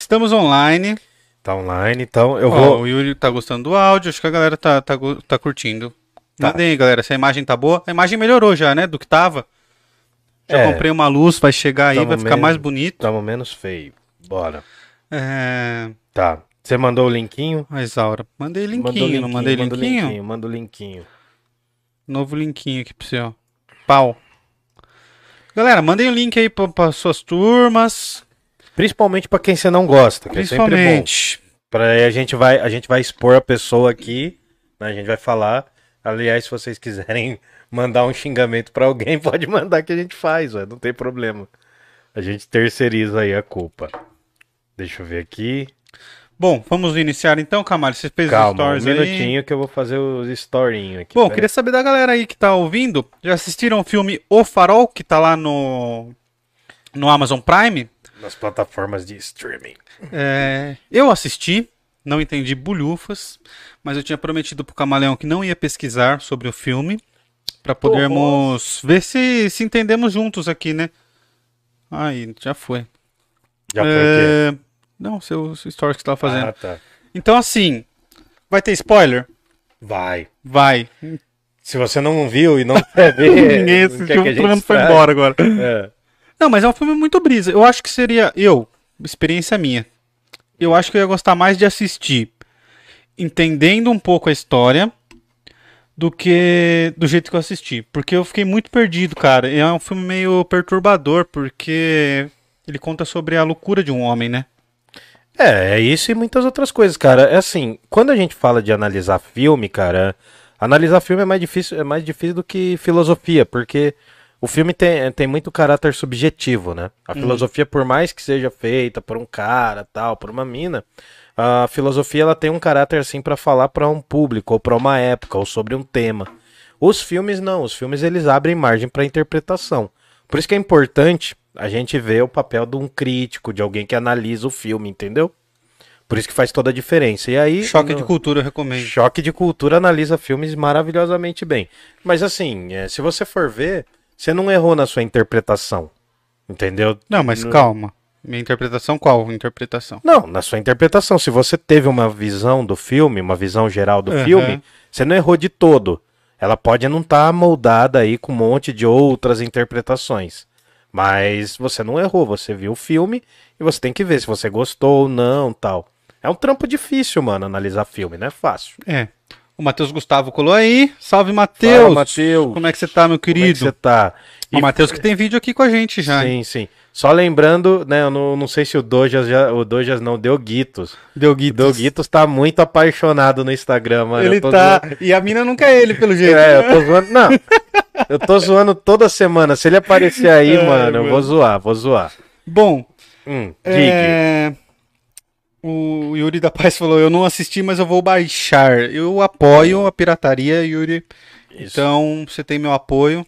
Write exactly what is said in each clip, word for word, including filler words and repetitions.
Estamos online. Tá online, então eu Ó, vou... O Yuri tá gostando do áudio, acho que a galera tá, tá, gu- tá curtindo. Tá. Mandem aí, galera, se a imagem tá boa. A imagem melhorou já, né, do que tava. Já É, comprei uma luz, vai chegar aí, tamo vai ficar menos- mais bonito. Tamo menos feio. Bora. É... Tá. Você mandou o linkinho? A Isaura, mandei linkinho, Mandou o não mandei manda o linkinho? linkinho, manda o linkinho. Novo linkinho aqui pra você, ó. Pau. Galera, mandem o link aí pra, pra suas turmas. Principalmente pra quem você não gosta, que é sempre bom. Principalmente. Pra aí a gente vai, a gente vai expor a pessoa aqui, né? A gente vai falar. Aliás, se vocês quiserem mandar um xingamento pra alguém, pode mandar que a gente faz, ué, não tem problema. A gente terceiriza aí a culpa. Deixa eu ver aqui. Bom, vamos iniciar então, Camargo. Você fez os Calma, um stories aí. minutinho que eu vou fazer os storinhos aqui. Bom, Pera queria saber da galera aí que tá ouvindo. Já assistiram o filme O Farol, que tá lá no, no Amazon Prime? aí, nas plataformas de streaming. É, eu assisti, não entendi bulhufas, mas eu tinha prometido pro Camaleão que não ia pesquisar sobre o filme, pra podermos ver se, se entendemos juntos aqui, né? Aí, já foi. Já foi o quê? É, não, seus stories que você tava fazendo. Ah, tá. Então, assim, vai ter spoiler? Vai. Vai. Se você não viu e não quer ver, Ninguém não assistiu, quer que a o gente programa foi estrague. embora agora. É. Não, mas é um filme muito brisa. Eu acho que seria, eu, experiência minha, eu acho que eu ia gostar mais de assistir entendendo um pouco a história do que do jeito que eu assisti. Porque eu fiquei muito perdido, cara. É um filme meio perturbador, porque ele conta sobre a loucura de um homem, né? É, é isso e muitas outras coisas, cara. É assim, quando a gente fala de analisar filme, cara, analisar filme é mais difícil, é mais difícil do que filosofia, porque o filme tem, tem muito caráter subjetivo, né? A filosofia, por mais que seja feita por um cara, tal, por uma mina, a filosofia ela tem um caráter assim pra falar pra um público ou pra uma época ou sobre um tema. Os filmes não, os filmes eles abrem margem pra interpretação. Por isso que é importante a gente ver o papel de um crítico, de alguém que analisa o filme, entendeu? Por isso que faz toda a diferença. E aí, Choque no- de cultura, eu recomendo. Choque de Cultura analisa filmes maravilhosamente bem. Mas assim, é, se você for ver, você não errou na sua interpretação. Entendeu? Não, mas No- calma. Minha interpretação, qual interpretação? Não, na sua interpretação. Se você teve uma visão do filme, uma visão geral do Aham. filme, você não errou de todo. Ela pode não estar moldada aí com um monte de outras interpretações. Mas você não errou, você viu o filme e você tem que ver se você gostou ou não, tal. É um trampo difícil, mano, analisar filme, não é fácil. É. O Matheus Gustavo colou aí. Salve, Matheus. Fala, Matheus. Como é que você tá, meu Como é que querido? você tá? O Matheus que tem vídeo aqui com a gente já. hein? Sim, sim. Só lembrando, né, eu não, não sei se o Dojas já, o Dojas não, deu Guitos. Deu O Guitos. Doguitos tá muito apaixonado no Instagram, mano. Ele Eu tô tá. zoando- E a mina nunca é ele, pelo jeito. É, eu tô zoando. Não. Eu tô zoando toda semana. Se ele aparecer aí, Ai, mano, eu mano. vou zoar, vou zoar. Bom, Hum, diga. é... o Yuri da Paz falou: eu não assisti, mas eu vou baixar. Eu apoio a pirataria, Yuri. Isso. Então, você tem meu apoio.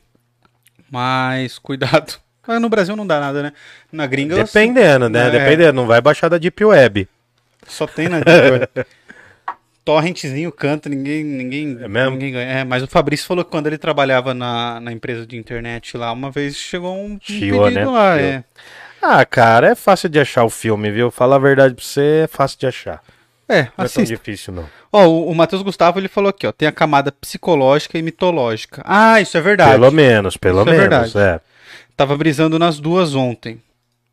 Mas cuidado. Ah, no Brasil não dá nada, né? Na gringa eu Dependendo, né? É. Dependendo. Não vai baixar da Deep Web. só tem na Deep Web. Torrentzinho canta, ninguém, ninguém, É mesmo? ninguém ganha. É, mas o Fabrício falou que quando ele trabalhava na, na empresa de internet lá, uma vez chegou um, um Chiou, pedido né? lá. Chiou. É. Ah, cara, é fácil de achar o filme, viu? Falar a verdade pra você, é fácil de achar. É, Não é tão assista. difícil, não. Ó, o, o Matheus Gustavo ele falou aqui, ó, tem a camada psicológica e mitológica. Ah, isso é verdade. Pelo menos, pelo Isso é menos, verdade. é. Tava brisando nas duas ontem.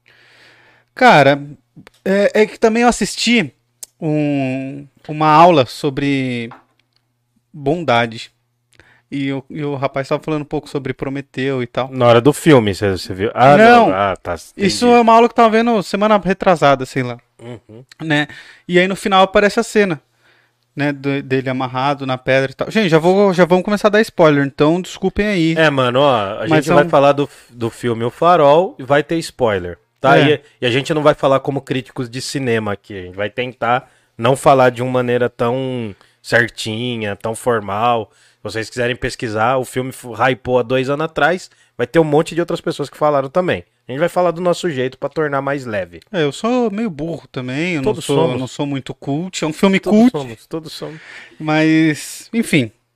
Cara, é, é que também eu assisti um, uma aula sobre bondade. E, o- e o rapaz tava falando um pouco sobre Prometeu e tal. Na hora do filme, você, você viu? Ah, Não. não. Ah, tá. entendi. Isso é uma aula que eu tava vendo semana retrasada, sei lá. Uhum. Né? E aí no final aparece a cena, né, do- dele amarrado na pedra e tal. Gente, já vou, já vamos começar a dar spoiler, então desculpem aí. É, mano, ó, a Mas gente é vai um- falar do, do filme O Farol e vai ter spoiler, tá? É. E, e a gente não vai falar como críticos de cinema aqui, a gente vai tentar não falar de uma maneira tão certinha, tão formal. Se vocês quiserem pesquisar, o filme fu- hypou há dois anos atrás, vai ter um monte de outras pessoas que falaram também. A gente vai falar do nosso jeito pra tornar mais leve. É, eu sou meio burro também, eu não Todos sou, somos. não sou muito cult. É um filme Todos cult, somos, todos somos. mas enfim.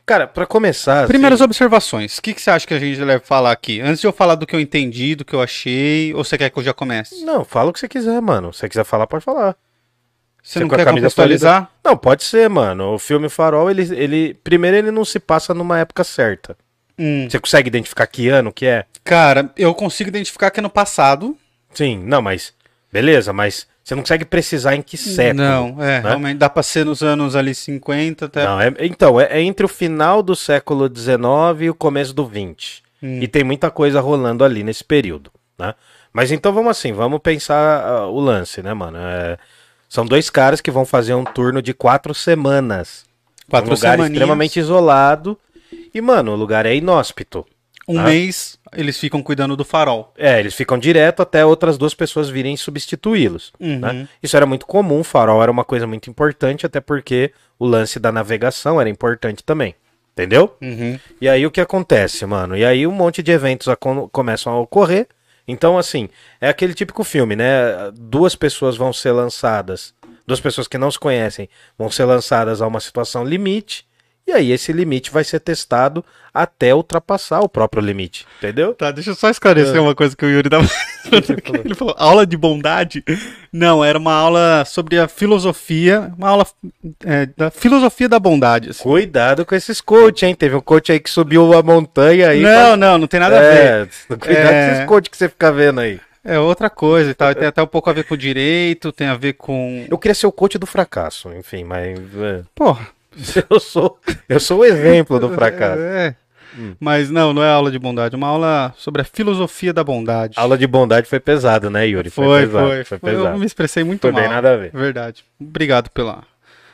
Cara, pra começar... Primeiras assim, observações. O que, que você acha que a gente deve falar aqui? Antes de eu falar do que eu entendi, do que eu achei, ou você quer que eu já comece? Não, fala o que você quiser, mano. Se você quiser falar, pode falar. Você não com a quer camisa contextualizar? florida- Não, pode ser, mano. O filme Farol, ele, ele... Primeiro, ele não se passa numa época certa. Hum. Você consegue identificar que ano que é? Cara, eu consigo identificar que é no passado. Sim, não, mas... Beleza, mas você não consegue precisar em que século. Não, é, né? realmente dá pra ser nos anos ali cinquenta até... Não, é, então, é, é entre o final do século dezenove e o começo do vinte. Hum. E tem muita coisa rolando ali nesse período, né? Mas então vamos assim, vamos pensar ah, o lance, né, mano? É, são dois caras que vão fazer um turno de quatro semanas. Quatro um lugar semaninhas. extremamente isolado. E, mano, o lugar é inóspito. Um Ah. mês eles ficam cuidando do farol. É, eles ficam direto até outras duas pessoas virem substituí-los. Uhum. Né? Isso era muito comum, o farol era uma coisa muito importante, até porque o lance da navegação era importante também. Entendeu? Uhum. E aí o que acontece, mano? E aí um monte de eventos acon- começam a ocorrer. Então, assim, é aquele típico filme, né? Duas pessoas vão ser lançadas, duas pessoas que não se conhecem vão ser lançadas a uma situação limite. E aí esse limite vai ser testado até ultrapassar o próprio limite, entendeu? Tá, deixa eu só esclarecer É. uma coisa que o Yuri tava... Ele falou, aula de bondade? Não, era uma aula sobre a filosofia, uma aula é, da filosofia da bondade. Assim. Cuidado com esses coach, hein? Teve um coach aí que subiu a montanha aí. Não, não, não tem nada a ver. É, cuidado É. com esses coach que você fica vendo aí. É outra coisa e tal, tem até um pouco a ver com direito, tem a ver com... Eu queria ser o coach do fracasso, enfim, mas é, Porra, eu sou eu sou o exemplo do fracasso. é... Hum. Mas não, não é aula de bondade, é uma aula sobre a filosofia da bondade. A aula de bondade foi pesado, né, Yuri? Foi, pesado, foi, foi foi. Eu pesado. me expressei muito Foi mal. bem nada a ver. Verdade. Obrigado pela,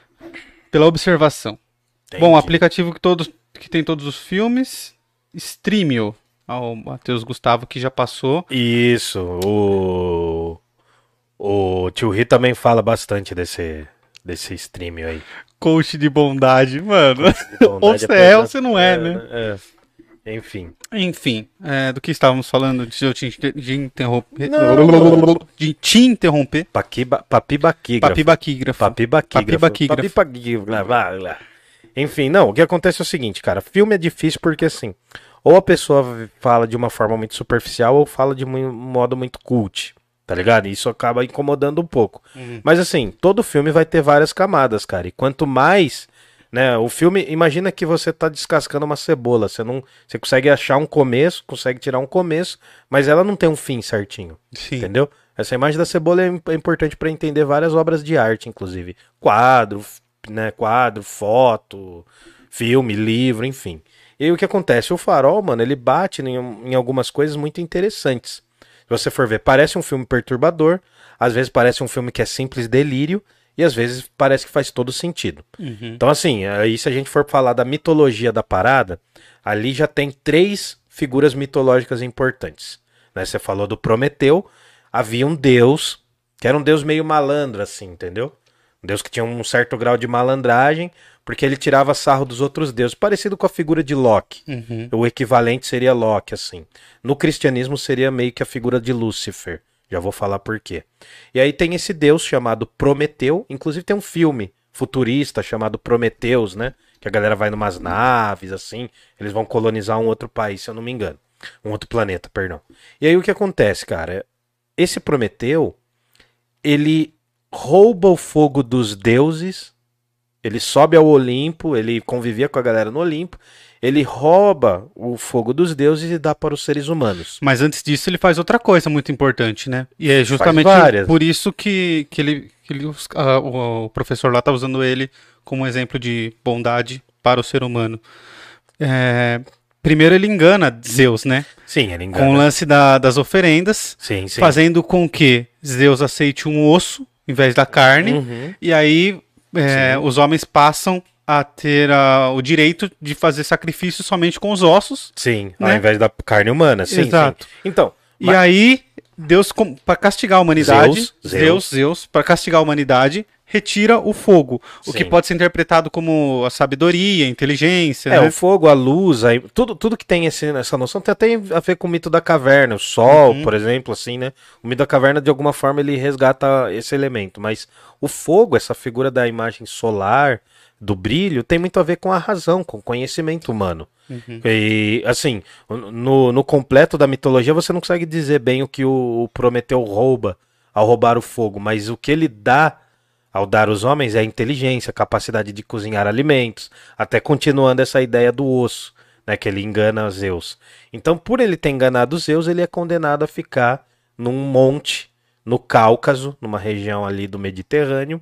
pela observação. Entendi. Bom, aplicativo que, todos, que tem todos os filmes, Streamio. Ah, o Matheus Gustavo que já passou. Isso, o o tio Ri também fala bastante desse desse stream aí. Coach de bondade, mano. Bondade Ou você é pesado. ou você não é, né? É. Enfim. Enfim, é, do que estávamos falando, de eu te, inter- de interromper. Não. De te interromper. Paquiba, papibaquígrafo. Papibaquígrafo. Papibaquígrafo. Papibaquígrafo. Papibaquígrafo. Blá, blá, blá. Enfim, não, o que acontece é o seguinte, cara, filme é difícil porque assim, ou a pessoa fala de uma forma muito superficial ou fala de um modo muito cult, tá ligado? E isso acaba incomodando um pouco. Uhum. Mas assim, todo filme vai ter várias camadas, cara, e quanto mais, né, o filme, imagina que você tá descascando uma cebola, você não, você consegue achar um começo, consegue tirar um começo, mas ela não tem um fim certinho. Sim. Entendeu? Essa imagem da cebola é im- é importante para entender várias obras de arte, inclusive. Quadro, f- né? Quadro, foto, filme, livro, enfim. E aí o que acontece? O Farol, mano, ele bate em, em algumas coisas muito interessantes. Se você for ver, parece um filme perturbador, às vezes parece um filme que é simples delírio, e às vezes parece que faz todo sentido. Uhum. Então, assim, aí se a gente for falar da mitologia da parada, ali já tem três figuras mitológicas importantes. Né? Você falou do Prometeu, havia um deus, que era um deus meio malandro, assim, entendeu? Um deus que tinha um certo grau de malandragem, porque ele tirava sarro dos outros deuses, parecido com a figura de Loki. Uhum. O equivalente seria Loki, assim. No cristianismo seria meio que a figura de Lúcifer. Já vou falar por quê. E aí tem esse deus chamado Prometeu, inclusive tem um filme futurista chamado Prometeus, né? Que a galera vai numas naves, assim, eles vão colonizar um outro país, se eu não me engano. Um outro planeta, perdão. E aí o que acontece, cara? Esse Prometeu, ele rouba o fogo dos deuses, ele sobe ao Olimpo, ele convivia com a galera no Olimpo, ele rouba o fogo dos deuses e dá para os seres humanos. Mas antes disso ele faz outra coisa muito importante, né? E é justamente várias. por isso que, que, ele, que ele, os- ah, o, o professor lá tá usando ele como exemplo de bondade para o ser humano. É, primeiro ele engana Zeus, né? Sim, ele Com o engana. lance da- das oferendas, Sim, sim. fazendo com que Zeus aceite um osso em vez da carne, Uhum. e aí é, os homens passam a ter ah, o direito de fazer sacrifício somente com os ossos. Sim, né? ao invés da carne humana, sim, Exato. sim. Então, E mas- aí, Deus, para castigar a humanidade, Zeus, Zeus, Zeus, para castigar a humanidade, retira o fogo, o Sim. que pode ser interpretado como a sabedoria, a inteligência, É, né? o fogo, a luz, aí, tudo, tudo que tem esse, essa noção tem até a ver com o mito da caverna, o sol, Uhum. por exemplo, assim, né? O mito da caverna, de alguma forma, ele resgata esse elemento, mas o fogo, essa figura da imagem solar, do brilho, tem muito a ver com a razão, com o conhecimento humano. Uhum. E, assim, no, no completo da mitologia, você não consegue dizer bem o que o, o Prometeu rouba ao roubar o fogo, mas o que ele dá ao dar aos homens é a inteligência, a capacidade de cozinhar alimentos, até continuando essa ideia do osso, né, que ele engana Zeus. Então, por ele ter enganado Zeus, ele é condenado a ficar num monte, no Cáucaso, numa região ali do Mediterrâneo,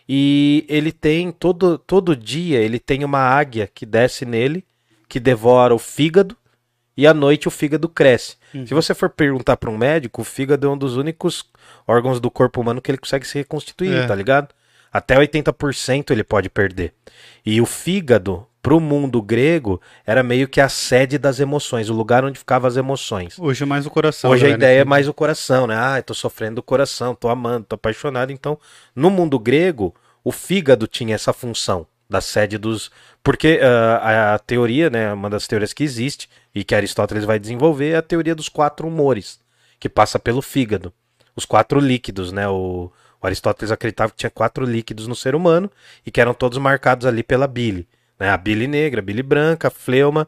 e ele tem, todo, todo dia, ele tem uma águia que desce nele, que devora o fígado, e à noite o fígado cresce. Uhum. Se você for perguntar para um médico, o fígado é um dos únicos órgãos do corpo humano que ele consegue se reconstituir, é. tá ligado? Até oitenta por cento ele pode perder. E o fígado, pro mundo grego, era meio que a sede das emoções, o lugar onde ficavam as emoções. Hoje é mais o coração. Hoje a ideia é mais o coração, né? Ah, eu tô sofrendo do coração, tô amando, tô apaixonado. Então, no mundo grego, o fígado tinha essa função da sede dos... Porque uh, a, a teoria, né, uma das teorias que existe e que Aristóteles vai desenvolver é a teoria dos quatro humores, que passa pelo fígado. Os quatro líquidos, né? O, o Aristóteles acreditava que tinha quatro líquidos no ser humano e que eram todos marcados ali pela bile. Né? A bile negra, a bile branca, a fleuma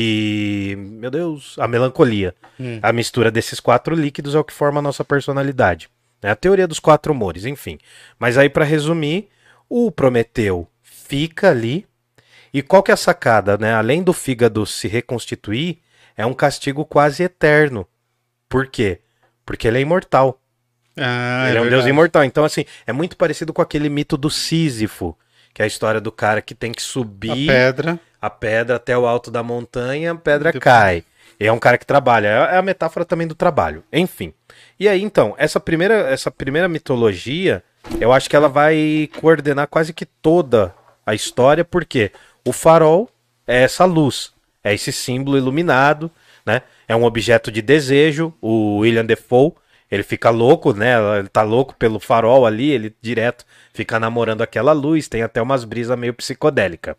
e, meu Deus, a melancolia. Hum. A mistura desses quatro líquidos é o que forma a nossa personalidade. Né? A teoria dos quatro humores, enfim. Mas aí, para resumir, o Prometeu fica ali. E qual que é a sacada, né? Além do fígado se reconstituir, é um castigo quase eterno. Por quê? Porque ele é imortal. Ah, ele é, é um verdade. deus imortal. Então, assim, é muito parecido com aquele mito do Sísifo, que é a história do cara que tem que subir a pedra, a pedra até o alto da montanha, a pedra Depois... cai. E é um cara que trabalha. É a metáfora também do trabalho. Enfim. E aí, então, essa primeira, essa primeira mitologia, eu acho que ela vai coordenar quase que toda a história, porque o farol é essa luz, é esse símbolo iluminado, né? É um objeto de desejo. O William Defoe, ele fica louco, né? Ele tá louco pelo farol ali, ele direto fica namorando aquela luz, tem até umas brisas meio psicodélica.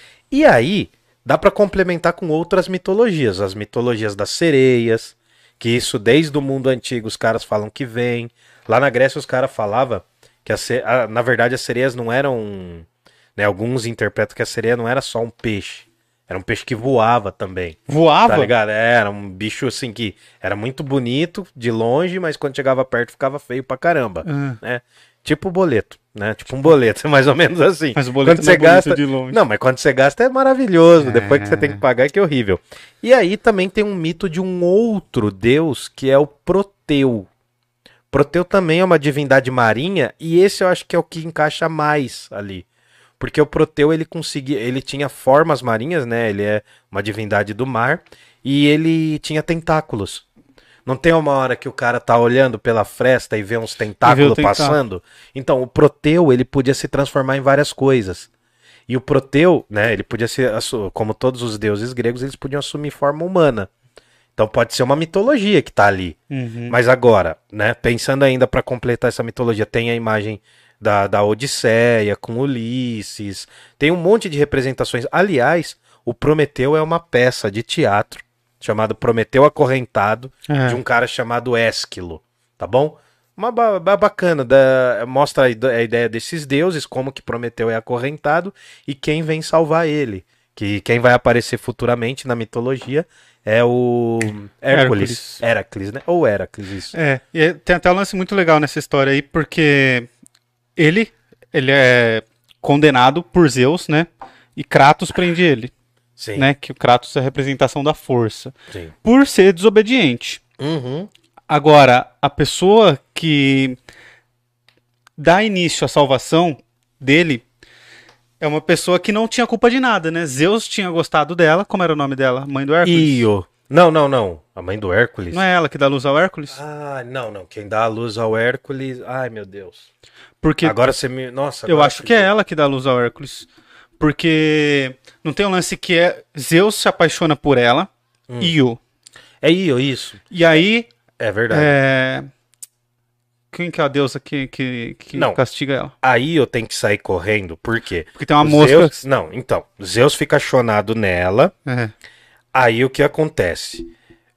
E aí, dá para complementar com outras mitologias, as mitologias das sereias, que isso desde o mundo antigo os caras falam que vem. Lá na Grécia os caras falavam que, a, a, na verdade, as sereias não eram... Né, alguns interpretam que a sereia não era só um peixe. Era um peixe que voava também. Voava? Tá ligado? É, era um bicho assim que era muito bonito de longe, mas quando chegava perto ficava feio pra caramba. Uhum. Né? Tipo boleto, né? Tipo um boleto, mais ou menos assim. Mas o boleto quando não você é gasta... de longe. Não, mas quando você gasta é maravilhoso. É... Depois que você tem que pagar é que é horrível. E aí também tem um mito de um outro deus que é o Proteu. Proteu também é uma divindade marinha e esse eu acho que é o que encaixa mais ali. Porque o Proteu, ele conseguia, ele tinha formas marinhas, né? Ele é uma divindade do mar e ele tinha tentáculos. Não tem uma hora que o cara tá olhando pela fresta e vê uns tentáculos vê passando? Então, o Proteu, ele podia se transformar em várias coisas. E o Proteu, né, ele podia ser, como todos os deuses gregos, eles podiam assumir forma humana. Então pode ser uma mitologia que tá ali. Uhum. Mas agora, né, pensando ainda para completar essa mitologia, tem a imagem Da, da Odisseia, com Ulisses, tem um monte de representações. Aliás, o Prometeu é uma peça de teatro chamada Prometeu Acorrentado, é. de um cara chamado Ésquilo, tá bom? Uma ba bacana, da, mostra a, a ideia desses deuses, como que Prometeu é acorrentado e quem vem salvar ele. Que quem vai aparecer futuramente na mitologia é o Hércules. Hércules, Heracles, né? Ou Heracles, isso. É, e tem até um lance muito legal nessa história aí, porque... Ele, ele é condenado por Zeus, né? E Kratos prende ele. Sim. Né? Que o Kratos é a representação da força. Sim. Por ser desobediente. Uhum. Agora, a pessoa que dá início à salvação dele é uma pessoa que não tinha culpa de nada, né? Zeus tinha gostado dela. Como era o nome dela? Mãe do Hércules? Io. Não, não, não. A mãe do Hércules? Não é ela que dá luz ao Hércules? Ah, não, não. Quem dá a luz ao Hércules... Ai, meu Deus. Porque agora você me... Nossa. Eu acho que é ela que dá luz ao Hércules. Porque não tem um lance que é... Zeus se apaixona por ela. Hum. Io. É Io, isso. E aí... É verdade. É... Quem que é a deusa que, que, que Não. castiga ela? Aí eu tenho que sair correndo, por quê? Porque tem uma O mosca. Zeus... Não, então, Zeus fica chonado nela, É. aí o que acontece?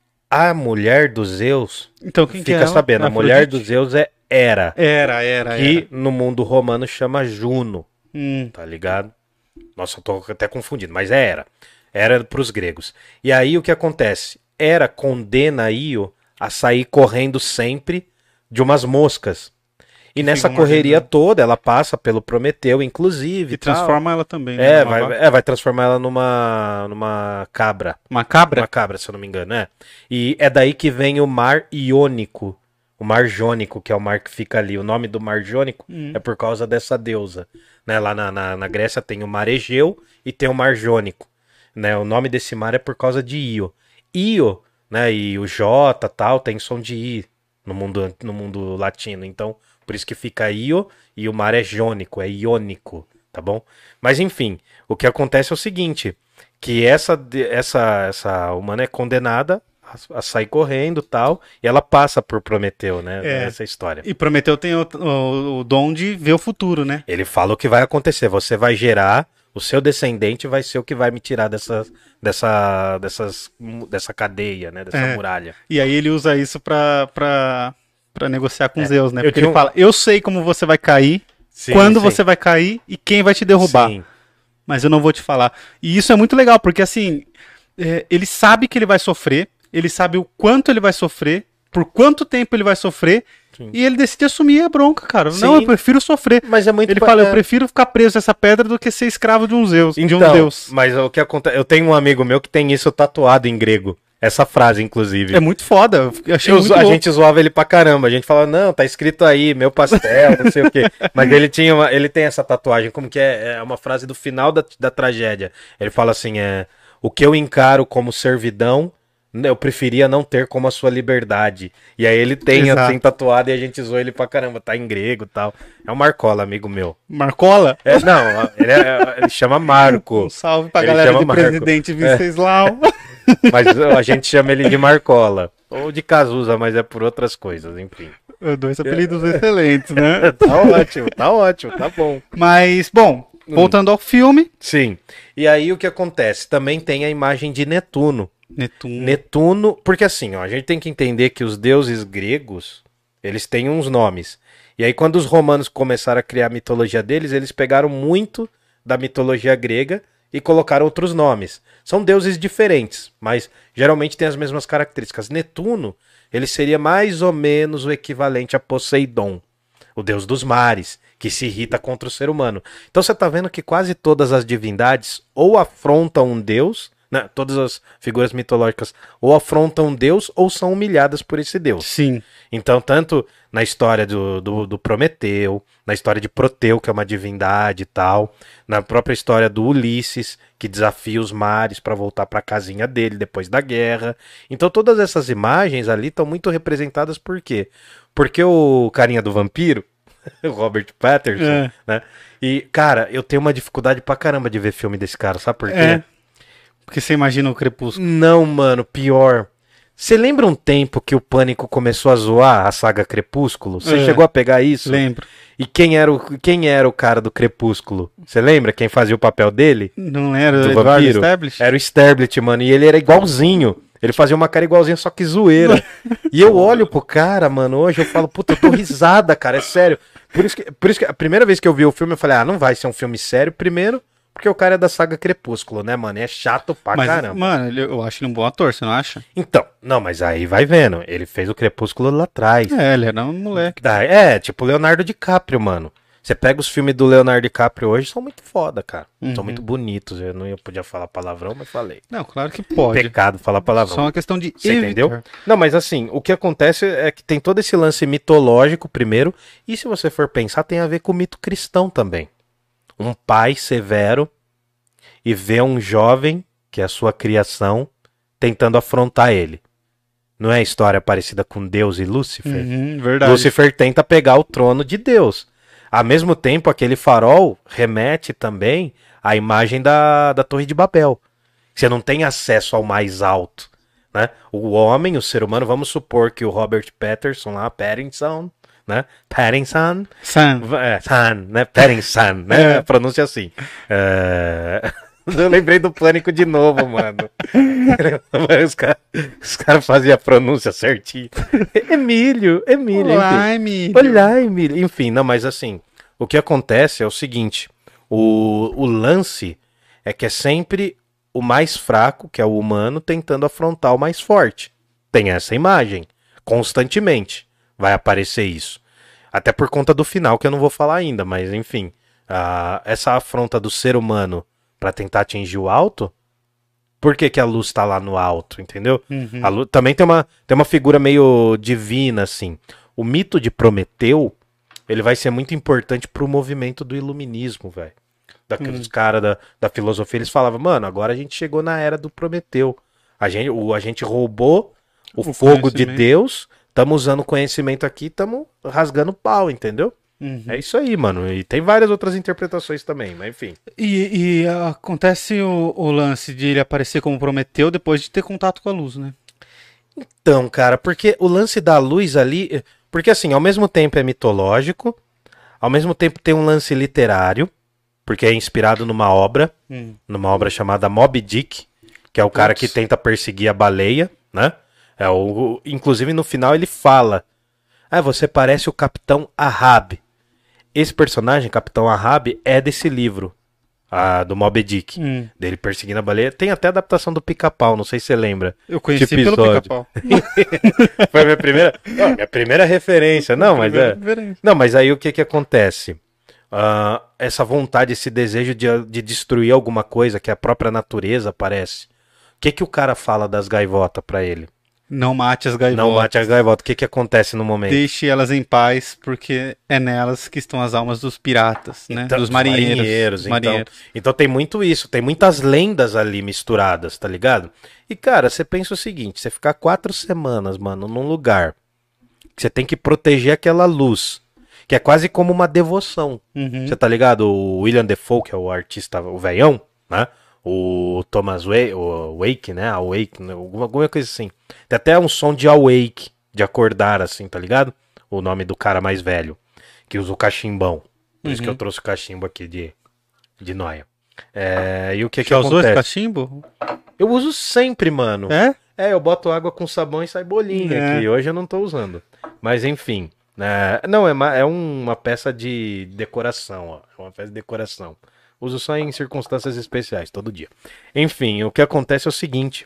A mulher do Zeus, Então quem que é fica ela? sabendo, a Afrodite? mulher do Zeus é Hera, Era, era, que era. no mundo romano chama Juno, Hum. tá ligado? Nossa, eu tô até confundindo, mas é Hera. Hera pros gregos. E aí o que acontece? Hera condena Io a sair correndo sempre de umas moscas. E Que nessa ficam correria mordendo. toda, ela passa pelo Prometeu, inclusive. E tal. transforma ela também, né? É, numa vai, vaca. é, vai transformar ela numa, numa cabra. Uma cabra? Uma cabra, se eu não me engano, é. E é daí que vem o mar Iônico. O mar Jônico, que é o mar que fica ali. O nome do mar Jônico Hum. é por causa dessa deusa. Né? Lá na, na, na Grécia tem o mar Egeu e tem o mar Jônico. Né? O nome desse mar é por causa de Io. Io, né? E o J tal, tem som de I no mundo, no mundo latino. Então, por isso que fica Io e o mar é Jônico, é Iônico, tá bom? Mas enfim, o que acontece é o seguinte, que essa, essa, essa humana é condenada a, a sair correndo tal, e ela passa por Prometeu, né? É. Essa história. E Prometeu tem o, o, o dom de ver o futuro, né? Ele fala o que vai acontecer, você vai gerar, o seu descendente vai ser o que vai me tirar dessa, dessa, dessas, dessa cadeia, né? Dessa É. muralha. E aí ele usa isso pra, pra, pra negociar com É. Zeus, né? Eu Porque tinha ele um- fala, eu sei como você vai cair, Sim, quando sim. você vai cair e quem vai te derrubar. Sim. Mas eu não vou te falar. E isso é muito legal, porque assim, é, ele sabe que ele vai sofrer, ele sabe o quanto ele vai sofrer, por quanto tempo ele vai sofrer, Sim. e ele decide assumir a bronca, cara. Sim. Não, eu prefiro sofrer. Mas é muito... Ele pa- fala, é. eu prefiro ficar preso nessa pedra do que ser escravo de um Zeus, de um Então, deus. mas o que acontece? Eu tenho um amigo meu que tem isso tatuado em grego. Essa frase, inclusive. É muito foda. Eu achei Eu muito zo- a louco. gente zoava ele pra caramba. A gente falava, não, tá escrito aí, meu pastel, não sei o quê. Mas ele tinha uma- ele tem essa tatuagem, como que é? É uma frase do final da, da tragédia. Ele fala assim: é, o que eu encaro como servidão, eu preferia não ter como a sua liberdade. E aí ele tem Exato. assim tatuado e a gente zoou ele pra caramba, tá em grego e tal. É o Marcola, amigo meu. Marcola? É, não, ele, é- ele chama Marco. Um salve pra Ele galera chama de Marco. Presidente Venceslau. Mas a gente chama ele de Marcola. Ou de Cazuza, mas é por outras coisas, enfim. Dois apelidos excelentes, né? Tá ótimo, tá ótimo, tá bom. Mas, bom, voltando ao filme. Sim. E aí o que acontece? Também tem a imagem de Netuno. Netuno. Netuno, porque assim, ó, a gente tem que entender que os deuses gregos, eles têm uns nomes. E aí quando os romanos começaram a criar a mitologia deles, eles pegaram muito da mitologia grega e colocaram outros nomes. São deuses diferentes, mas geralmente têm as mesmas características. Netuno, ele seria mais ou menos o equivalente a Poseidon, o deus dos mares, que se irrita contra o ser humano. Então você tá vendo que quase todas as divindades ou afrontam um deus, né, todas as figuras mitológicas ou afrontam um deus ou são humilhadas por esse deus. Sim. Então, tanto na história do, do, do Prometeu, na história de Proteu, que é uma divindade e tal, na própria história do Ulisses, que desafia os mares para voltar para a casinha dele depois da guerra. Então, todas essas imagens ali estão muito representadas por quê? Porque o carinha do vampiro, o Robert Pattinson, É. né? E, cara, eu tenho uma dificuldade pra caramba de ver filme desse cara, sabe por quê? É. Porque você imagina o Crepúsculo. Não, mano, pior. Você lembra um tempo que o Pânico começou a zoar a saga Crepúsculo? Você É. chegou a pegar isso? Lembro. E quem era o, quem era o cara do Crepúsculo? Você lembra quem fazia o papel dele? Não era o Do Eduardo vampiro? Stablish? Era o Sterblit, mano, e ele era igualzinho. Ele fazia uma cara igualzinha, só que zoeira. E eu olho pro cara, mano, hoje eu falo, puta, eu tô risada, cara, é sério. Por isso, que, por isso que a primeira vez que eu vi o filme, eu falei, ah, não vai ser um filme sério. Primeiro, porque o cara é da saga Crepúsculo, né, mano? É chato pra Mas, caramba. mano, ele- eu acho ele um bom ator, você não acha? Então, não, mas aí vai vendo. Ele fez o Crepúsculo lá atrás. É, ele era um moleque. Da- É, tipo Leonardo DiCaprio, mano. Você pega os filmes do Leonardo DiCaprio hoje, são muito foda, cara. Uhum. São muito bonitos. Eu não ia- podia falar palavrão, mas falei. Não, claro que pode. Pecado falar palavrão. Só uma questão de Você evitar. entendeu? Não, mas assim, o que acontece é que tem todo esse lance mitológico primeiro, e se você for pensar, tem a ver com o mito cristão também. Um pai severo e vê um jovem, que é a sua criação, tentando afrontar ele. Não é história parecida com Deus e Lúcifer? Uhum, verdade. Lúcifer tenta pegar o trono de Deus. Ao mesmo tempo, aquele farol remete também à imagem da, da Torre de Babel. Você não tem acesso ao mais alto, né? O homem, o ser humano, vamos supor que o Robert Pattinson lá, Pattinson, né? Pattinson. Sam. É, San, né? Pattinson, né? É. A pronúncia assim. É... Eu lembrei do Pânico de novo, mano. Os caras cara faziam a pronúncia certinho. Emílio, Emílio. Olá, enfim. Emílio. Olá, Emílio. Enfim, não, mas assim, o que acontece é o seguinte: o, o lance é que é sempre o mais fraco, que é o humano, tentando afrontar o mais forte. Tem essa imagem. Constantemente vai aparecer isso. Até por conta do final, que eu não vou falar ainda, mas enfim. A, essa afronta do ser humano pra tentar atingir o alto, por que, que a luz tá lá no alto, entendeu? Uhum. A luz, também tem uma, tem uma figura meio divina, assim. O mito de Prometeu, ele vai ser muito importante pro movimento do iluminismo, velho. Daqueles Hum. caras da, da filosofia, eles falavam, mano, agora a gente chegou na era do Prometeu. A gente, o, a gente roubou o, O fogo de conhecimento. Deus, estamos usando o conhecimento aqui, estamos rasgando pau, entendeu? Uhum. É isso aí, mano. E tem várias outras interpretações também, mas enfim. E, e acontece o, o lance de ele aparecer como Prometeu depois de ter contato com a luz, né? Então, cara, porque o lance da luz ali. Porque assim, ao mesmo tempo é mitológico, ao mesmo tempo tem um lance literário, porque é inspirado numa obra, Hum. numa obra chamada Moby Dick, que é o cara que Putz. tenta perseguir a baleia, né? É o, inclusive no final ele fala: Ah, você parece o Capitão Ahab. Esse personagem, Capitão Ahab, é desse livro, a, do Moby Dick, Hum. dele perseguindo a baleia. Tem até a adaptação do Pica-Pau, não sei se você lembra. Eu conheci Esse pelo episódio. Pica-Pau. Foi a minha primeira, não, minha primeira referência. Não, mas é. Primeira- Não, mas aí o que que acontece? Ah, essa vontade, esse desejo de, de destruir alguma coisa que a própria natureza parece. O que que o cara fala das gaivotas pra ele? Não mate as gaivotas. Não mate as gaivotas. O que que acontece no momento? Deixe elas em paz, porque é nelas que estão as almas dos piratas, né? Então, dos marinheiros. então, marinheiros. então tem muito isso, tem muitas lendas ali misturadas, tá ligado? E cara, você pensa o seguinte, você ficar quatro semanas, mano, num lugar que você tem que proteger aquela luz, que é quase como uma devoção. Uhum. Você tá ligado? O William Defoe, que é o artista, o veião, né? O Thomas Wake, o Wake, né? Awake, né? alguma, alguma coisa assim. Tem até um som de awake, de acordar, assim, tá ligado? O nome do cara mais velho, que usa o cachimbão. Por isso que eu trouxe o cachimbo aqui de, de noia. É, e o que que Já usou esse acontece? cachimbo? Eu uso sempre, mano. É? É, eu boto água com sabão e sai bolinha É. aqui. Hoje eu não tô usando. Mas enfim. né, não, é uma, é uma peça de decoração, ó. É uma peça de decoração. Uso só em circunstâncias especiais, todo dia. Enfim, o que acontece é o seguinte.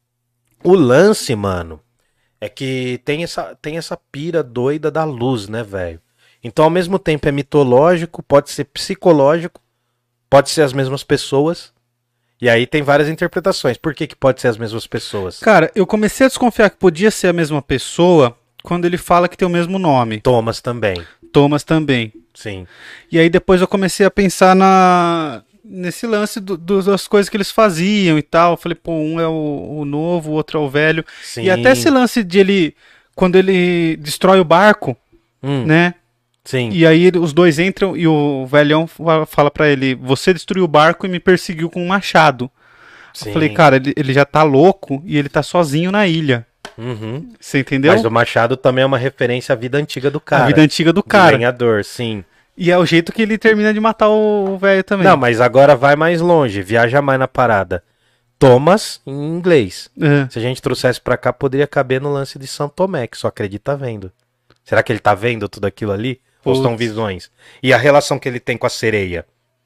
O lance, mano, é que tem essa, tem essa pira doida da luz, né, velho? Então, ao mesmo tempo é mitológico, pode ser psicológico, pode ser as mesmas pessoas. E aí tem várias interpretações. Por que que pode ser as mesmas pessoas? Cara, eu comecei a desconfiar que podia ser a mesma pessoa quando ele fala que tem o mesmo nome. Thomas também, Thomas também. sim. E aí depois eu comecei a pensar na nesse lance do- do- das coisas que eles faziam e tal. Eu falei, pô, um é o, o novo, o outro é o velho. Sim. E até esse lance de ele, quando ele destrói o barco, Hum, né? sim. E aí ele- os dois entram e o velhão fa- fala pra ele, você destruiu o barco e me perseguiu com um machado. sim. Eu falei, cara, ele, ele já tá louco e ele tá sozinho na ilha. Uhum. Você entendeu? Mas o machado também é uma referência à vida antiga do cara. A vida antiga do do cara. lenhador, sim. E é o jeito que ele termina de matar o o velho também. Não, mas agora vai mais longe, viaja mais na parada. Thomas, em inglês. É. Se a gente trouxesse pra cá, poderia caber no lance de São Tomé, que só acredita vendo. Será que ele tá vendo tudo aquilo ali? Ou Putz. são visões? E a relação que ele tem com a sereia?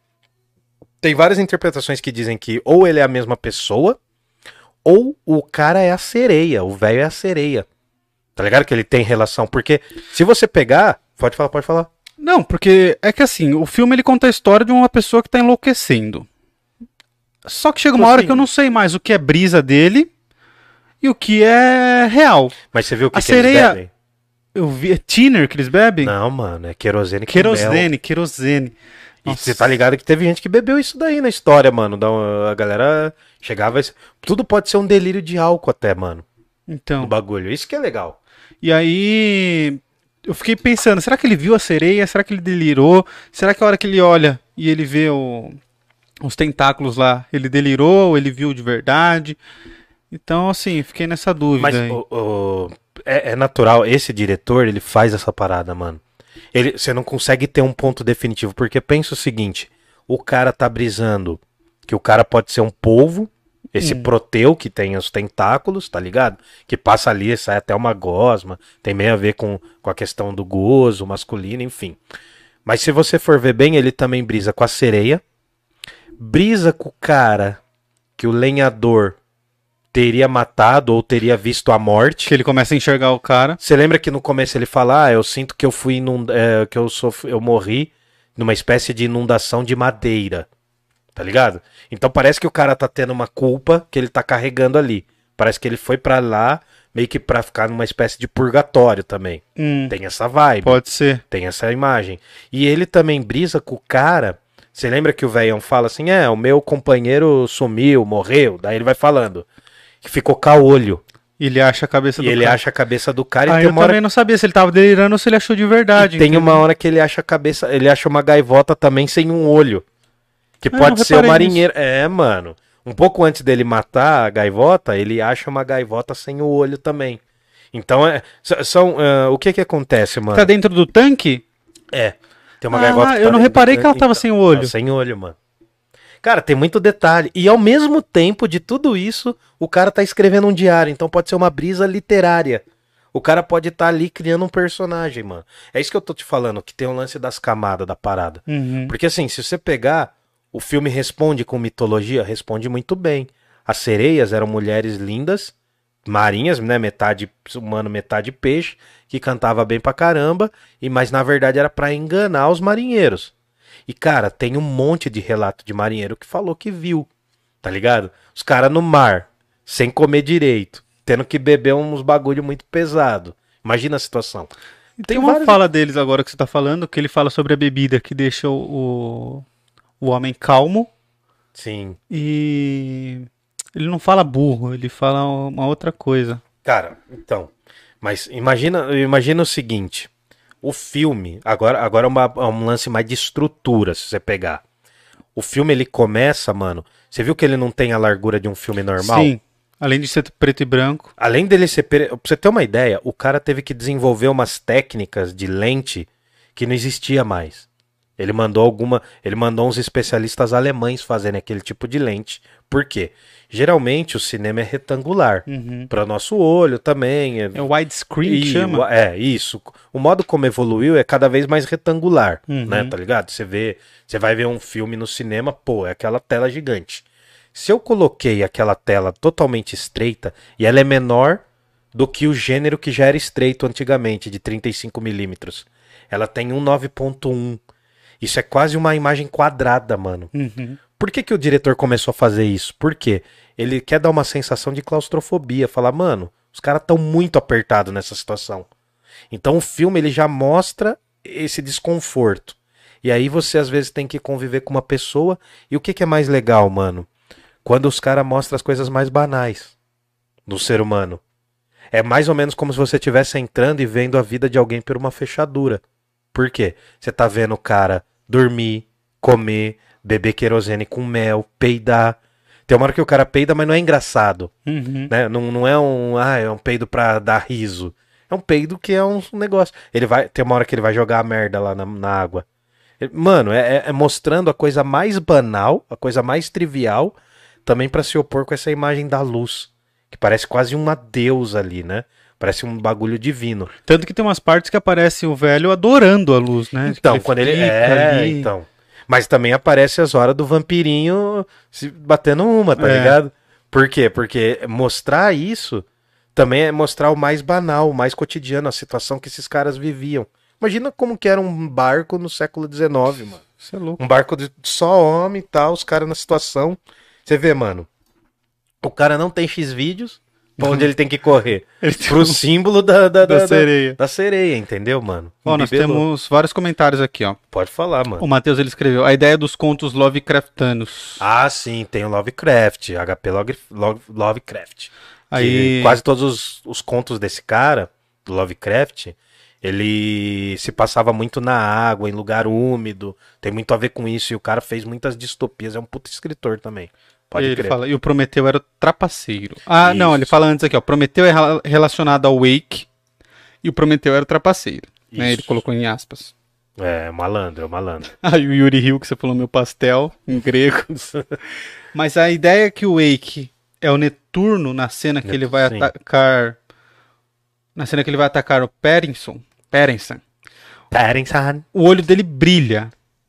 Tem várias interpretações que dizem que ou ele é a mesma pessoa, ou o cara é a sereia, o velho é a sereia. Tá ligado que ele tem relação? Porque se você pegar... Pode falar, pode falar. Não, porque é que assim, o filme ele conta a história de uma pessoa que tá enlouquecendo. Só que chega uma Tipo hora assim- que eu não sei mais o que é brisa dele e o que é real. Mas você viu o que, A que eles sereia- bebem? Eu vi, é thinner que eles bebem? Não, mano, é querosene com mel. Querosene, querosene. E Nossa. você tá ligado que teve gente que bebeu isso daí na história, mano. Da- A galera chegava. a- Tudo pode ser um delírio de álcool até, mano. No Então, bagulho. Isso que é legal. e aí eu fiquei pensando, será que ele viu a sereia? Será que ele delirou? Será que a hora que ele olha e ele vê o- os tentáculos lá, ele delirou ou ele viu de verdade? Então, assim, fiquei nessa dúvida Mas aí. o, o- é, é natural, esse diretor, ele faz essa parada, mano. Ele, você não consegue ter um ponto definitivo, porque pensa o seguinte, o cara tá brisando que o cara pode ser um polvo, esse Hum. proteu que tem os tentáculos, tá ligado? Que passa ali, sai até uma gosma, tem meio a ver com, com a questão do gozo masculino, enfim. Mas se você for ver bem, ele também brisa com a sereia, brisa com o cara que o lenhador teria matado ou teria visto a morte. Que ele começa a enxergar o cara. Você lembra que no começo ele fala, ah, eu sinto que eu fui inund... é, que eu sofri... eu morri numa espécie de inundação de madeira. Tá ligado? Então parece que o cara tá tendo uma culpa que ele tá carregando ali. Parece que ele foi pra lá meio que pra ficar numa espécie de purgatório também. Hum, Tem essa vibe. pode ser. Tem essa imagem. E ele também brisa com o cara. Você lembra que o velhão fala assim: é, o meu companheiro sumiu, morreu. Daí ele vai falando que ficou caolho. Ele acha a cabeça E do ele cara. acha a cabeça do cara e Ah, tem eu uma hora, também não sabia se ele tava delirando ou se ele achou de verdade. e tem entendeu? uma hora que ele acha a cabeça, ele acha uma gaivota também sem um olho. Que Ah, pode não ser o reparei marinheiro. É, mano. Um pouco antes dele matar a gaivota, ele acha uma gaivota sem o olho também. Então, é, s- são, ah, o que que acontece, mano? Tá dentro do tanque? É. Tem uma Ah, gaivota que eu tá não dentro reparei do que ela tanque, tava então. sem o olho. Tá sem olho, mano. Cara, tem muito detalhe. E ao mesmo tempo de tudo isso, o cara tá escrevendo um diário. Então pode ser uma brisa literária. O cara pode estar ali criando um personagem, mano. É isso que eu tô te falando, que tem um lance das camadas da parada. Uhum. Porque assim, se você pegar, o filme responde com mitologia, responde muito bem. As sereias eram mulheres lindas, marinhas, né, metade humano, metade peixe, que cantava bem pra caramba, e mas na verdade era pra enganar os marinheiros. E cara, tem um monte de relato de marinheiro que falou que viu, tá ligado? Os caras no mar, sem comer direito, tendo que beber uns bagulho muito pesado. Imagina a situação. E Tem tem uma vários- fala deles agora que você tá falando, que ele fala sobre a bebida que deixa o, o homem calmo Sim. e ele não fala burro, ele fala uma outra coisa. Cara, então. Mas imagina, imagina o seguinte: o filme, agora, agora é, uma- é um lance mais de estrutura, se você pegar. O filme ele começa, mano. Você viu que ele não tem a largura de um filme normal? Sim, além de ser preto e branco. Além dele ser. pere- Pra você ter uma ideia, o cara teve que desenvolver umas técnicas de lente que não existia mais. Ele mandou alguma. Ele mandou uns especialistas alemães fazerem aquele tipo de lente. Por quê? Geralmente o cinema é retangular. Uhum. Para nosso olho também. É, É o widescreen que e- chama? É, isso. O modo como evoluiu é cada vez mais retangular, Uhum. né? Tá ligado? Você vê, você vai ver um filme no cinema, pô, é aquela tela gigante. Se eu coloquei aquela tela totalmente estreita e ela é menor do que o gênero que já era estreito antigamente, de trinta e cinco milímetros. Ela tem um nove ponto um. Isso é quase uma imagem quadrada, mano. Uhum. Por que, que o diretor começou a fazer isso? Por quê? Ele quer dar uma sensação de claustrofobia. Falar, mano, os caras estão muito apertados nessa situação. Então o filme ele já mostra esse desconforto. E aí você às vezes tem que conviver com uma pessoa. E o que, que é mais legal, mano? Quando os caras mostram as coisas mais banais do ser humano. É mais ou menos como se você estivesse entrando e vendo a vida de alguém por uma fechadura. Por quê? Você tá vendo o cara dormir, comer, beber querosene com mel, peidar. Tem uma hora que o cara peida, mas não é engraçado. Uhum. Né? Não, não é um, ah, é um peido pra dar riso. É um peido que é um negócio. Ele vai, tem uma hora que ele vai jogar a merda lá na, na água. Ele- Mano, é, é- é mostrando a coisa mais banal, a coisa mais trivial, também pra se opor com essa imagem da luz, que parece quase uma deusa ali, né? Parece um bagulho divino. Tanto que tem umas partes que aparece o velho adorando a luz, né? Então, Que quando ele fica é, ali. então. Mas também aparece as horas do vampirinho se batendo uma, tá É. ligado? Por quê? Porque mostrar isso também é mostrar o mais banal, o mais cotidiano, a situação que esses caras viviam. Imagina como que era um barco no século dezenove, mano. Isso é louco. Um barco de só homem e tal, os caras na situação. Você vê, mano, o cara não tem X vídeos, pra onde ele tem que correr? Ele tem Pro um- símbolo da, da, da da, sereia. da sereia, entendeu, mano? Ó, nós Bibelô. temos vários comentários aqui, ó. Pode falar, mano. O Matheus ele escreveu a ideia dos contos Lovecraftanos. Ah, sim, tem o Lovecraft, H P Love- Love- Lovecraft. Aí Que quase todos os, os contos desse cara, do Lovecraft, ele se passava muito na água, em lugar úmido, tem muito a ver com isso, e o cara fez muitas distopias, é um puta escritor também. Pode ele crer. fala, e o Prometeu era o trapaceiro. Ah, Isso. não, ele fala antes aqui, ó. Prometeu é rela- relacionado ao Wake e o Prometeu era o trapaceiro. Né? Ele Isso. colocou em aspas. É, malandro, é malandro. Aí o Yuri Hill, que você falou meu pastel, em grego. Mas a ideia é que o Wake é o Netuno na cena que ele vai Sim. atacar. Na cena que ele vai atacar o Pattinson. Pattinson. Pattinson. O olho dele brilha.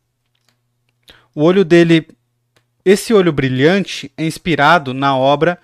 O olho dele. Esse olho brilhante é inspirado na obra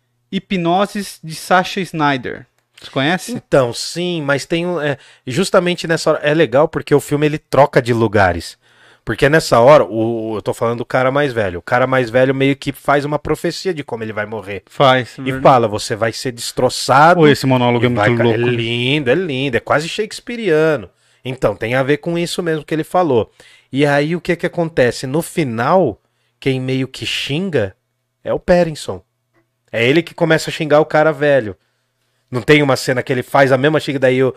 Hipnoses de Sasha Snyder. Você conhece? Então, sim, mas tem um. É, justamente nessa hora. É legal porque o filme ele troca de lugares. Porque nessa hora, o, eu tô falando do cara mais velho. O cara mais velho meio que faz uma profecia de como ele vai morrer. Faz. E fala, você vai ser destroçado. Pô, esse monólogo e é muito vai ca- louco. É lindo, é lindo, é quase shakespeariano. Então, tem a ver com isso mesmo que ele falou. E aí, o que que acontece? No final, quem meio que xinga é o Pattinson. É ele que começa a xingar o cara velho. Não tem uma cena que ele faz a mesma xinga, daí o,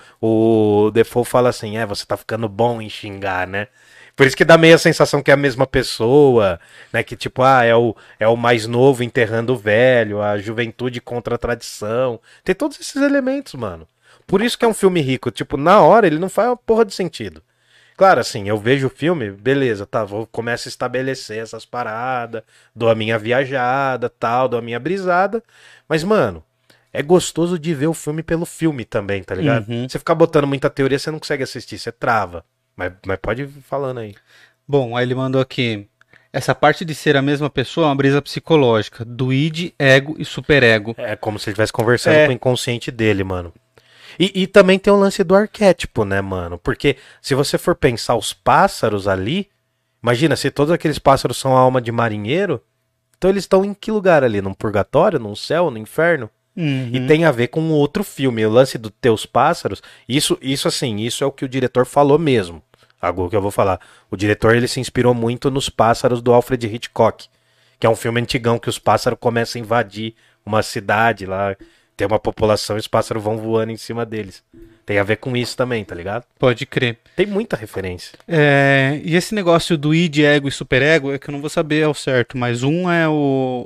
o Defoe fala assim, é, você tá ficando bom em xingar, né? Por isso que dá meio a sensação que é a mesma pessoa, né? Que tipo, ah, é o, é o mais novo enterrando o velho, a juventude contra a tradição. Tem todos esses elementos, mano. Por isso que é um filme rico. Tipo, na hora ele não faz uma porra de sentido. Claro, assim, eu vejo o filme, beleza, tá, vou começo a estabelecer essas paradas, dou a minha viajada, tal, dou a minha brisada, mas, mano, é gostoso de ver o filme pelo filme também, tá ligado? Uhum. Você ficar botando muita teoria, você não consegue assistir, você trava. Mas, mas pode ir falando aí. Bom, aí ele mandou aqui. Essa parte de ser a mesma pessoa é uma brisa psicológica, do id, ego e superego. É como se ele estivesse conversando É. com o inconsciente dele, mano. E, e também tem o lance do arquétipo, né, mano? Porque se você for pensar os pássaros ali, imagina, se todos aqueles pássaros são a alma de marinheiro, então eles estão em que lugar ali? Num purgatório, num céu, no inferno? Uhum. E tem a ver com outro filme, o lance dos teus pássaros. Isso, isso assim, isso é o que o diretor falou mesmo. Agora que eu vou falar. O diretor ele se inspirou muito nos pássaros do Alfred Hitchcock, que é um filme antigão que os pássaros começam a invadir uma cidade lá, tem uma população e os pássaros vão voando em cima deles. Tem a ver com isso também, tá ligado? Pode crer. Tem muita referência. É, e esse negócio do id, ego e superego é que eu não vou saber ao certo, mas um é o,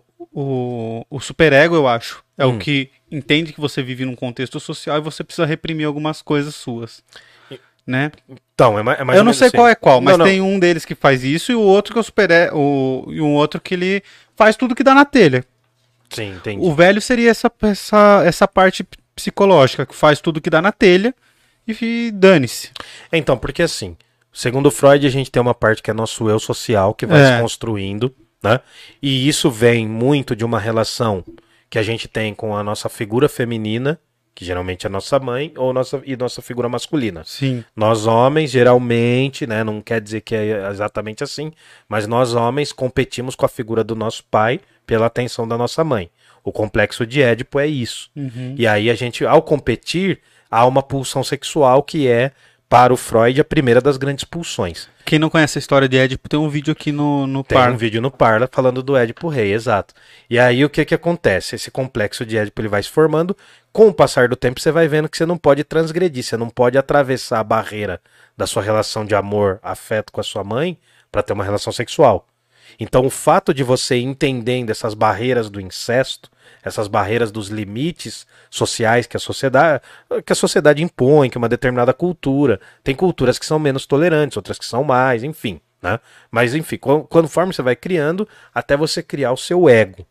o, o superego, eu acho. É Hum. o que entende que você vive num contexto social e você precisa reprimir algumas coisas suas. Né? Então, é, ma- é mais Eu ou não menos sei assim. qual é qual, mas Não, não. tem um deles que faz isso e o outro que é o superego, o, e um outro que ele faz tudo que dá na telha. Sim, entendi. O velho seria essa, essa, essa parte psicológica, que faz tudo que dá na telha e fi- dane-se. Então, porque assim, segundo Freud, a gente tem uma parte que é nosso eu social, que vai É. se construindo, né? E isso vem muito de uma relação que a gente tem com a nossa figura feminina, que geralmente é nossa mãe, ou nossa, e nossa figura masculina. Sim. Nós homens, geralmente, né, não quer dizer que é exatamente assim, mas nós homens competimos com a figura do nosso pai pela atenção da nossa mãe. O complexo de Édipo é isso. Uhum. E aí a gente, ao competir, há uma pulsão sexual que é, para o Freud, a primeira das grandes pulsões. Quem não conhece a história de Édipo, tem um vídeo aqui no, no Tem par. um vídeo no Parla falando do Édipo Rei, exato. E aí o que que acontece? Esse complexo de Édipo ele vai se formando. Com o passar do tempo você vai vendo que você não pode transgredir, você não pode atravessar a barreira da sua relação de amor, afeto com a sua mãe para ter uma relação sexual. Então o fato de você ir entendendo essas barreiras do incesto, essas barreiras dos limites sociais que a sociedade, que a sociedade impõe, que uma determinada cultura, tem culturas que são menos tolerantes, outras que são mais, enfim, né? Mas enfim, co- conforme você vai criando, até você criar o seu ego.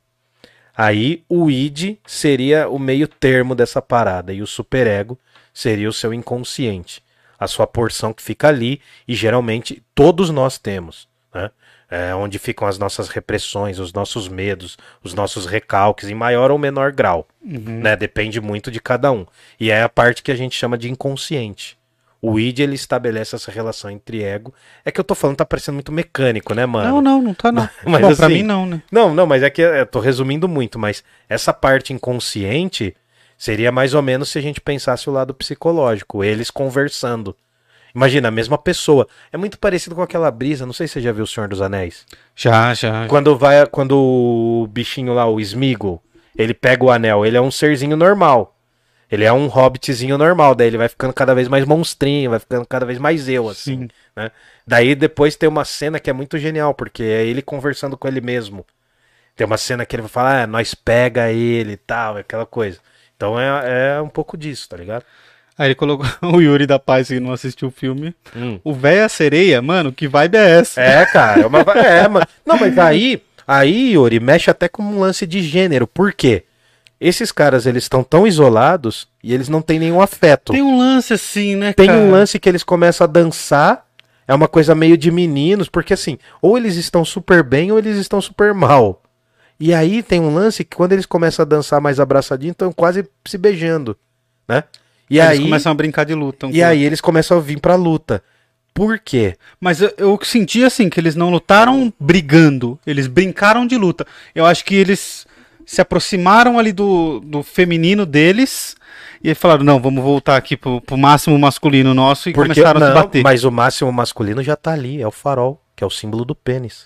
Aí o id seria o meio termo dessa parada e o superego seria o seu inconsciente, a sua porção que fica ali e geralmente todos nós temos, né? É onde ficam as nossas repressões, os nossos medos, os nossos recalques em maior ou menor grau, né? Depende muito de cada um. E é a parte que a gente chama de inconsciente. O id ele estabelece essa relação entre ego. É que eu tô falando, tá parecendo muito mecânico, né, mano? Não, não, não tá não. Mas Bom, pra assim- mim não, né? Não, não, mas é que eu tô resumindo muito, mas essa parte inconsciente seria mais ou menos se a gente pensasse o lado psicológico, eles conversando. Imagina, a mesma pessoa. É muito parecido com aquela brisa, não sei se você já viu O Senhor dos Anéis. Já, já. Quando vai, quando o bichinho lá, o Sméagol, ele pega o anel, ele é um serzinho normal. Ele é um hobbitzinho normal, daí ele vai ficando cada vez mais monstrinho, vai ficando cada vez mais eu, assim, Sim. né? Daí depois tem uma cena que é muito genial, porque é ele conversando com ele mesmo. Tem uma cena que ele vai falar, ah, nós pega ele e tal, aquela coisa. Então é, é um pouco disso, tá ligado? Aí ele colocou o Yuri da Paz que não assistiu o filme. Hum. O véio é a sereia, mano, que vibe é essa? É, cara, é uma... é, mano. Não, mas aí, aí, Yuri, mexe até com um lance de gênero. Por quê? Esses caras, eles estão tão isolados e eles não têm nenhum afeto. Tem um lance assim, né, Tem cara? um lance que eles começam a dançar, é uma coisa meio de meninos, porque assim, ou eles estão super bem ou eles estão super mal. E aí tem um lance que quando eles começam a dançar mais abraçadinho, estão quase se beijando, né? E Aí aí, eles começam a brincar de luta. um e com o aí eles começam a vir pra luta. Por quê? Mas eu, eu senti assim, que eles não lutaram brigando, eles brincaram de luta. Eu acho que eles se aproximaram ali do, do feminino deles e aí falaram, não, vamos voltar aqui pro, pro máximo masculino nosso e Porque, começaram não, a se bater. mas o máximo masculino já tá ali, é o farol, que é o símbolo do pênis.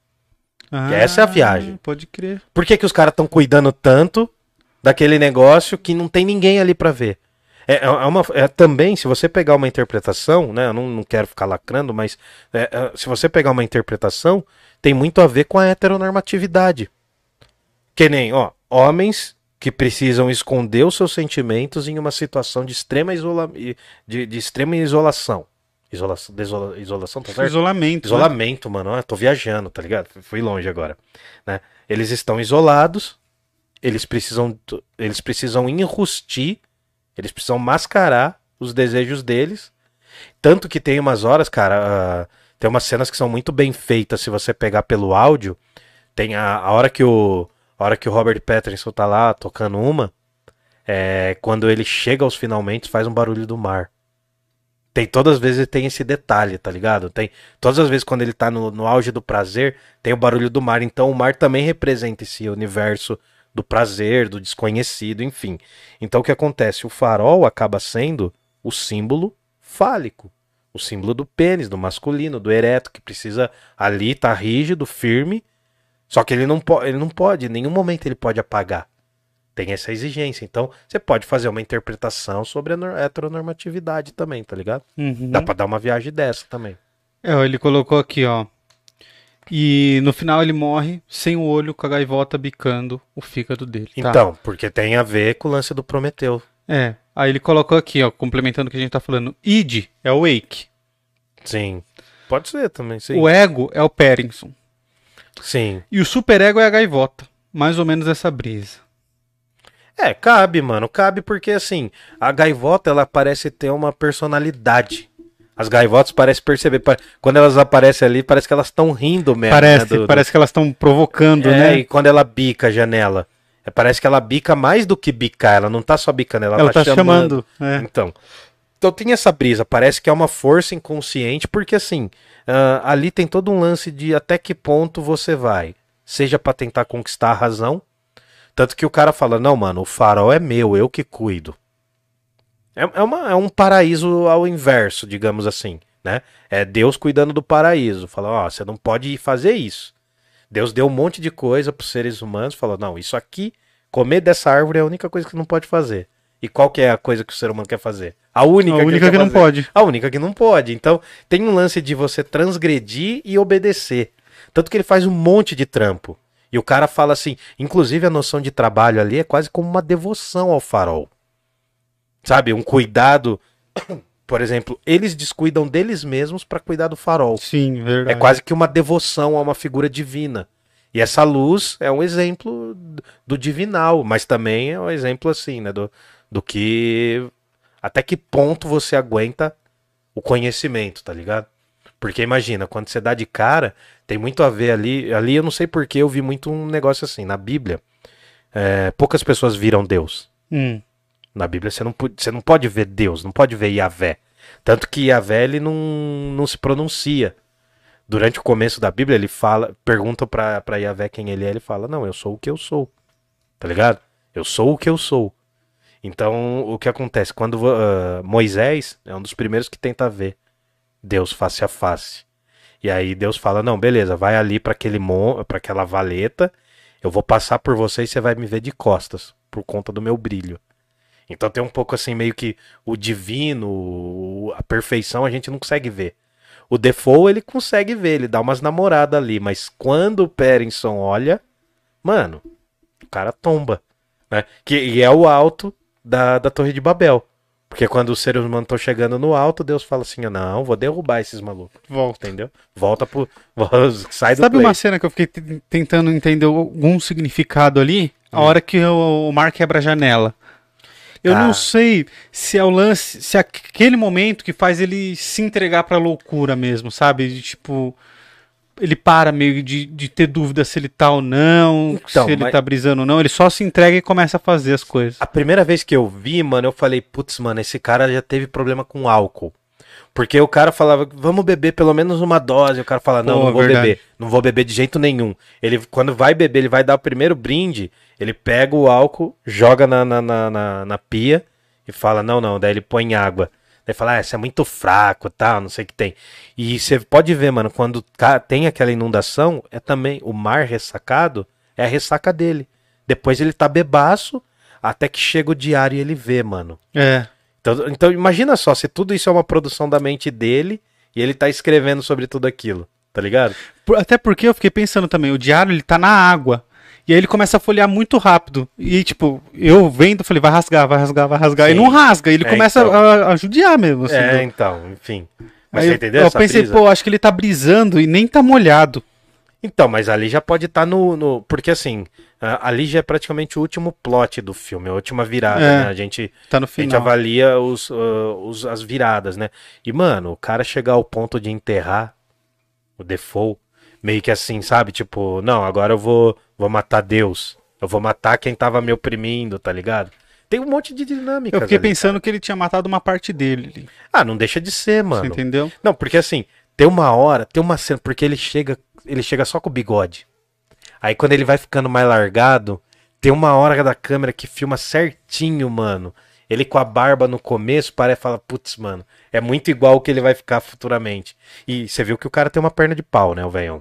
Ah, essa é a viagem. Pode crer. Por que, que os caras estão cuidando tanto daquele negócio que não tem ninguém ali pra ver? É, é uma, é também, se você pegar uma interpretação, né? Eu não, não quero ficar lacrando, mas é, é, se você pegar uma interpretação, tem muito a ver com a heteronormatividade. Que nem, ó, homens que precisam esconder os seus sentimentos em uma situação de extrema, isola, de, de extrema isolação. Isolação, desola, isolação, tá certo? Isolamento. né? Isolamento, mano. Ó, tô viajando, tá ligado? Fui longe agora. Né? Eles estão isolados, eles precisam, eles precisam enrustir, eles precisam mascarar os desejos deles. Tanto que tem umas horas, cara, uh, tem umas cenas que são muito bem feitas se você pegar pelo áudio. Tem a, a hora que o a hora que o Robert Pattinson tá lá tocando uma, é, quando ele chega aos finalmente, faz um barulho do mar. Tem todas as vezes tem esse detalhe, tá ligado? Tem todas as vezes quando ele tá no, no auge do prazer, tem o barulho do mar. Então o mar também representa esse universo do prazer, do desconhecido, enfim. Então o que acontece? O farol acaba sendo o símbolo fálico, o símbolo do pênis, do masculino, do ereto, que precisa ali tá rígido, firme. Só que ele não, po ele não pode, em nenhum momento ele pode apagar. Tem essa exigência. Então, você pode fazer uma interpretação sobre a heteronormatividade também, tá ligado? Uhum. Dá pra dar uma viagem dessa também. É, ó, ele colocou aqui, ó. E no final ele morre sem o olho, com a gaivota bicando o fígado dele. Tá? Então, porque tem a ver com o lance do Prometeu. É. Aí ele colocou aqui, ó, complementando o que a gente tá falando. Id é o Wake. Sim. Pode ser também, sim. O ego é o Pattinson. Sim. E o superego é a gaivota. Mais ou menos essa brisa. É, cabe, mano. Cabe porque, assim, a gaivota, ela parece ter uma personalidade. As gaivotas parecem perceber. Quando elas aparecem ali, parece que elas estão rindo mesmo. Parece, né, do, parece do... que elas estão provocando, é, né? E quando ela bica a janela, é, parece que ela bica mais do que bicar. Ela não tá só bicando, ela, Ela tá, tá chamando. chamando. é. Então, então tem essa brisa. Parece que é uma força inconsciente, porque assim, uh, ali tem todo um lance de até que ponto você vai. Seja pra tentar conquistar a razão. Tanto que o cara fala, não, mano, o farol é meu, eu que cuido. É, é, uma, é um paraíso ao inverso, digamos assim, né? É Deus cuidando do paraíso. Fala, ó, você não pode fazer isso. Deus deu um monte de coisa pros seres humanos, falou, não, isso aqui, comer dessa árvore é a única coisa que não pode fazer. E qual que é a coisa que o ser humano quer fazer? A única, A que, única ele que quer não fazer. pode. A única que não pode. Então, tem um lance de você transgredir e obedecer. Tanto que ele faz um monte de trampo. E o cara fala assim, inclusive a noção de trabalho ali é quase como uma devoção ao farol. Sabe, um cuidado. Por exemplo, eles descuidam deles mesmos para cuidar do farol. Sim, verdade. É quase que uma devoção a uma figura divina. E essa luz é um exemplo do divinal, mas também é um exemplo assim, né, do, do que até que ponto você aguenta o conhecimento, tá ligado? Porque imagina, quando você dá de cara, tem muito a ver ali, ali eu não sei porque eu vi muito um negócio assim, na Bíblia, é, poucas pessoas viram Deus. Hum. Na Bíblia você não, você não pode ver Deus, não pode ver Yahvé. Tanto que Yahvé ele não, não se pronuncia. Durante o começo da Bíblia ele fala, pergunta pra, pra Yahvé quem ele é, ele fala, não, eu sou o que eu sou. Tá ligado? Eu sou o que eu sou. Então o que acontece? Quando uh, Moisés é um dos primeiros que tenta ver Deus face a face. E aí Deus fala, não, beleza, vai ali pra, aquele mon pra aquela valeta, eu vou passar por você e você vai me ver de costas, por conta do meu brilho. Então tem um pouco assim, meio que o divino, a perfeição a gente não consegue ver. O Defoe ele consegue ver, ele dá umas namoradas ali, mas quando o Pattinson olha, mano, o cara tomba, né? Que, e é o alto da, da Torre de Babel. Porque quando os seres humanos estão chegando no alto, Deus fala assim, não, vou derrubar esses malucos. Volta. Entendeu? Volta pro... Sai do Sabe play. uma cena que eu fiquei t- tentando entender algum significado ali? A Hum. hora que o, o Mar quebra a janela. Eu Ah. não sei se é o lance, se é aquele momento que faz ele se entregar pra loucura mesmo, sabe? De, tipo, ele para meio de, de ter dúvida se ele tá ou não, Então, se ele mas- tá brisando ou não. Ele só se entrega e começa a fazer as coisas. A primeira vez que eu vi, mano, eu falei, putz, mano, esse cara já teve problema com álcool. Porque o cara falava, vamos beber pelo menos uma dose. O cara fala, não, Pô, não vou verdade. beber. Não vou beber de jeito nenhum. Ele, quando vai beber, ele vai dar o primeiro brinde, ele pega o álcool, joga na, na, na, na, na pia e fala, não, não. Daí ele põe água. Daí fala, ah, isso é muito fraco, tal, não sei o que tem. E você pode ver, mano, quando ca- tem aquela inundação, é também o mar ressacado, é a ressaca dele. Depois ele tá bebaço, até que chega o diário e ele vê, mano. É. Então, então imagina só, se tudo isso é uma produção da mente dele e ele tá escrevendo sobre tudo aquilo, tá ligado? Por- Até porque eu fiquei pensando também, o diário ele tá na água. E aí ele começa a folhear muito rápido. E tipo, eu vendo, falei, vai rasgar, vai rasgar, vai rasgar. Sim. E não rasga, ele É, começa então. a, a judiar mesmo. Assim, É, do- então, enfim. Mas Aí você eu, entendeu eu essa pensei, brisa? pô, acho que ele tá brisando e nem tá molhado. Então, mas ali já pode estar no, no. Porque assim, a- ali já é praticamente o último plot do filme, a última virada, É, né? A gente, Tá no a gente final. avalia os, uh, os- as viradas, né? E, mano, o cara chegar ao ponto de enterrar o Defoe, meio que assim, sabe? Tipo, não, agora eu vou, vou matar Deus. Eu vou matar quem tava me oprimindo, tá ligado? Tem um monte de dinâmica. Eu fiquei pensando que ele tinha matado uma parte dele ali. Ah, não deixa de ser, Você mano. entendeu? Não, porque assim, tem uma hora, tem uma cena, porque ele chega, ele chega só com o bigode. Aí quando ele vai ficando mais largado, tem uma hora da câmera que filma certinho, mano. Ele com a barba no começo, parece fala, putz, mano, é muito igual o que ele vai ficar futuramente. E você viu que o cara tem uma perna de pau, né, o velhão?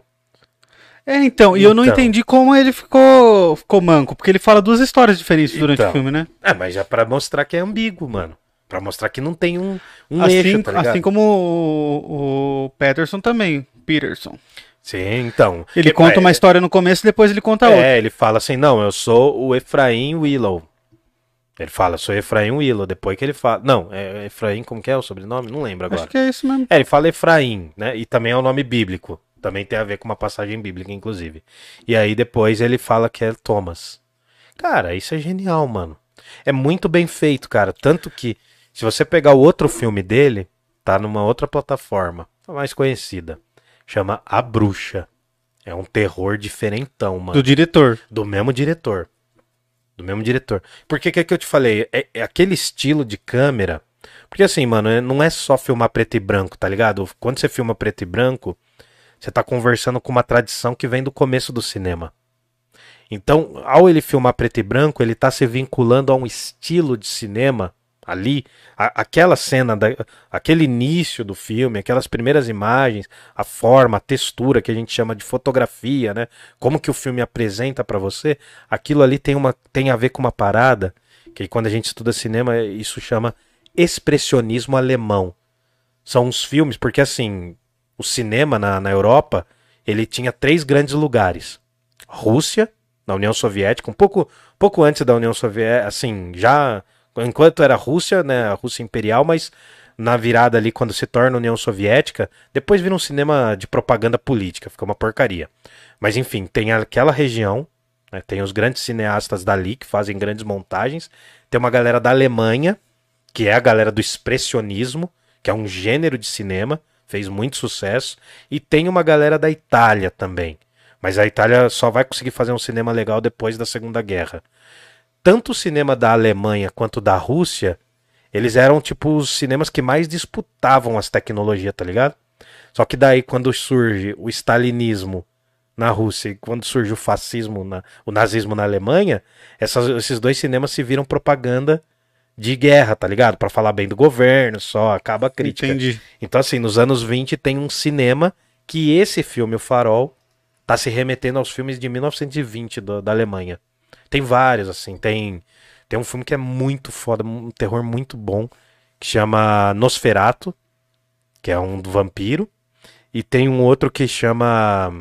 É, então, e eu não Então. entendi como ele ficou, ficou manco, porque ele fala duas histórias diferentes durante Então. o filme, né? É, mas já pra mostrar que é ambíguo, mano. Pra mostrar que não tem um, um Assim, eixo, tá ligado? assim como o, o Peterson também, Peterson. Sim, então. Ele E- conta é, uma história no começo e depois ele conta outra. É, ele fala assim, não, eu sou o Efraim Willow. Ele fala, sou Efraim Willow. Depois que ele fala. Não, é Efraim, como que é o sobrenome? Não lembro agora. Acho que é isso mesmo. É, ele fala Efraim, né? E também é um nome bíblico. Também tem a ver com uma passagem bíblica, inclusive. E aí depois ele fala que é Thomas. Cara, isso é genial, mano. É muito bem feito, cara. Tanto que, se você pegar o outro filme dele, tá numa outra plataforma, a mais conhecida. Chama A Bruxa. É um terror diferentão, mano. Do diretor. Do mesmo diretor. Do mesmo diretor. Porque que é que eu te falei? É, é aquele estilo de câmera. Porque assim, mano, é- não é só filmar preto e branco, tá ligado? Quando você filma preto e branco, você tá conversando com uma tradição que vem do começo do cinema. Então, ao ele filmar preto e branco, ele tá se vinculando a um estilo de cinema ali, a- aquela cena, da, aquele início do filme, aquelas primeiras imagens, a forma, a textura que a gente chama de fotografia, né? Como que o filme apresenta pra você, aquilo ali tem, uma, tem a ver com uma parada que quando a gente estuda cinema, isso chama expressionismo alemão. São os filmes, porque assim, o cinema na, na Europa, ele tinha três grandes lugares. Rússia, na União Soviética, um pouco, pouco antes da União Soviética, assim, já enquanto era Rússia, né, a Rússia imperial, mas na virada ali quando se torna União Soviética, depois vira um cinema de propaganda política, fica uma porcaria. Mas enfim, tem aquela região, né, tem os grandes cineastas dali que fazem grandes montagens, tem uma galera da Alemanha, que é a galera do expressionismo, que é um gênero de cinema, fez muito sucesso, e tem uma galera da Itália também. Mas a Itália só vai conseguir fazer um cinema legal depois da Segunda Guerra. Tanto o cinema da Alemanha quanto da Rússia, eles eram tipo os cinemas que mais disputavam as tecnologias, tá ligado? Só que daí quando surge o stalinismo na Rússia e quando surge o fascismo, na, o nazismo na Alemanha, essas, esses dois cinemas se viram propaganda de guerra, tá ligado? Pra falar bem do governo, só acaba a crítica. Entendi. Então assim, nos anos vinte tem um cinema que esse filme, O Farol, tá se remetendo aos filmes de mil novecentos e vinte do, da Alemanha. Tem vários, assim, tem tem um filme que é muito foda, um terror muito bom, que chama Nosferatu, que é um do vampiro, e tem um outro que chama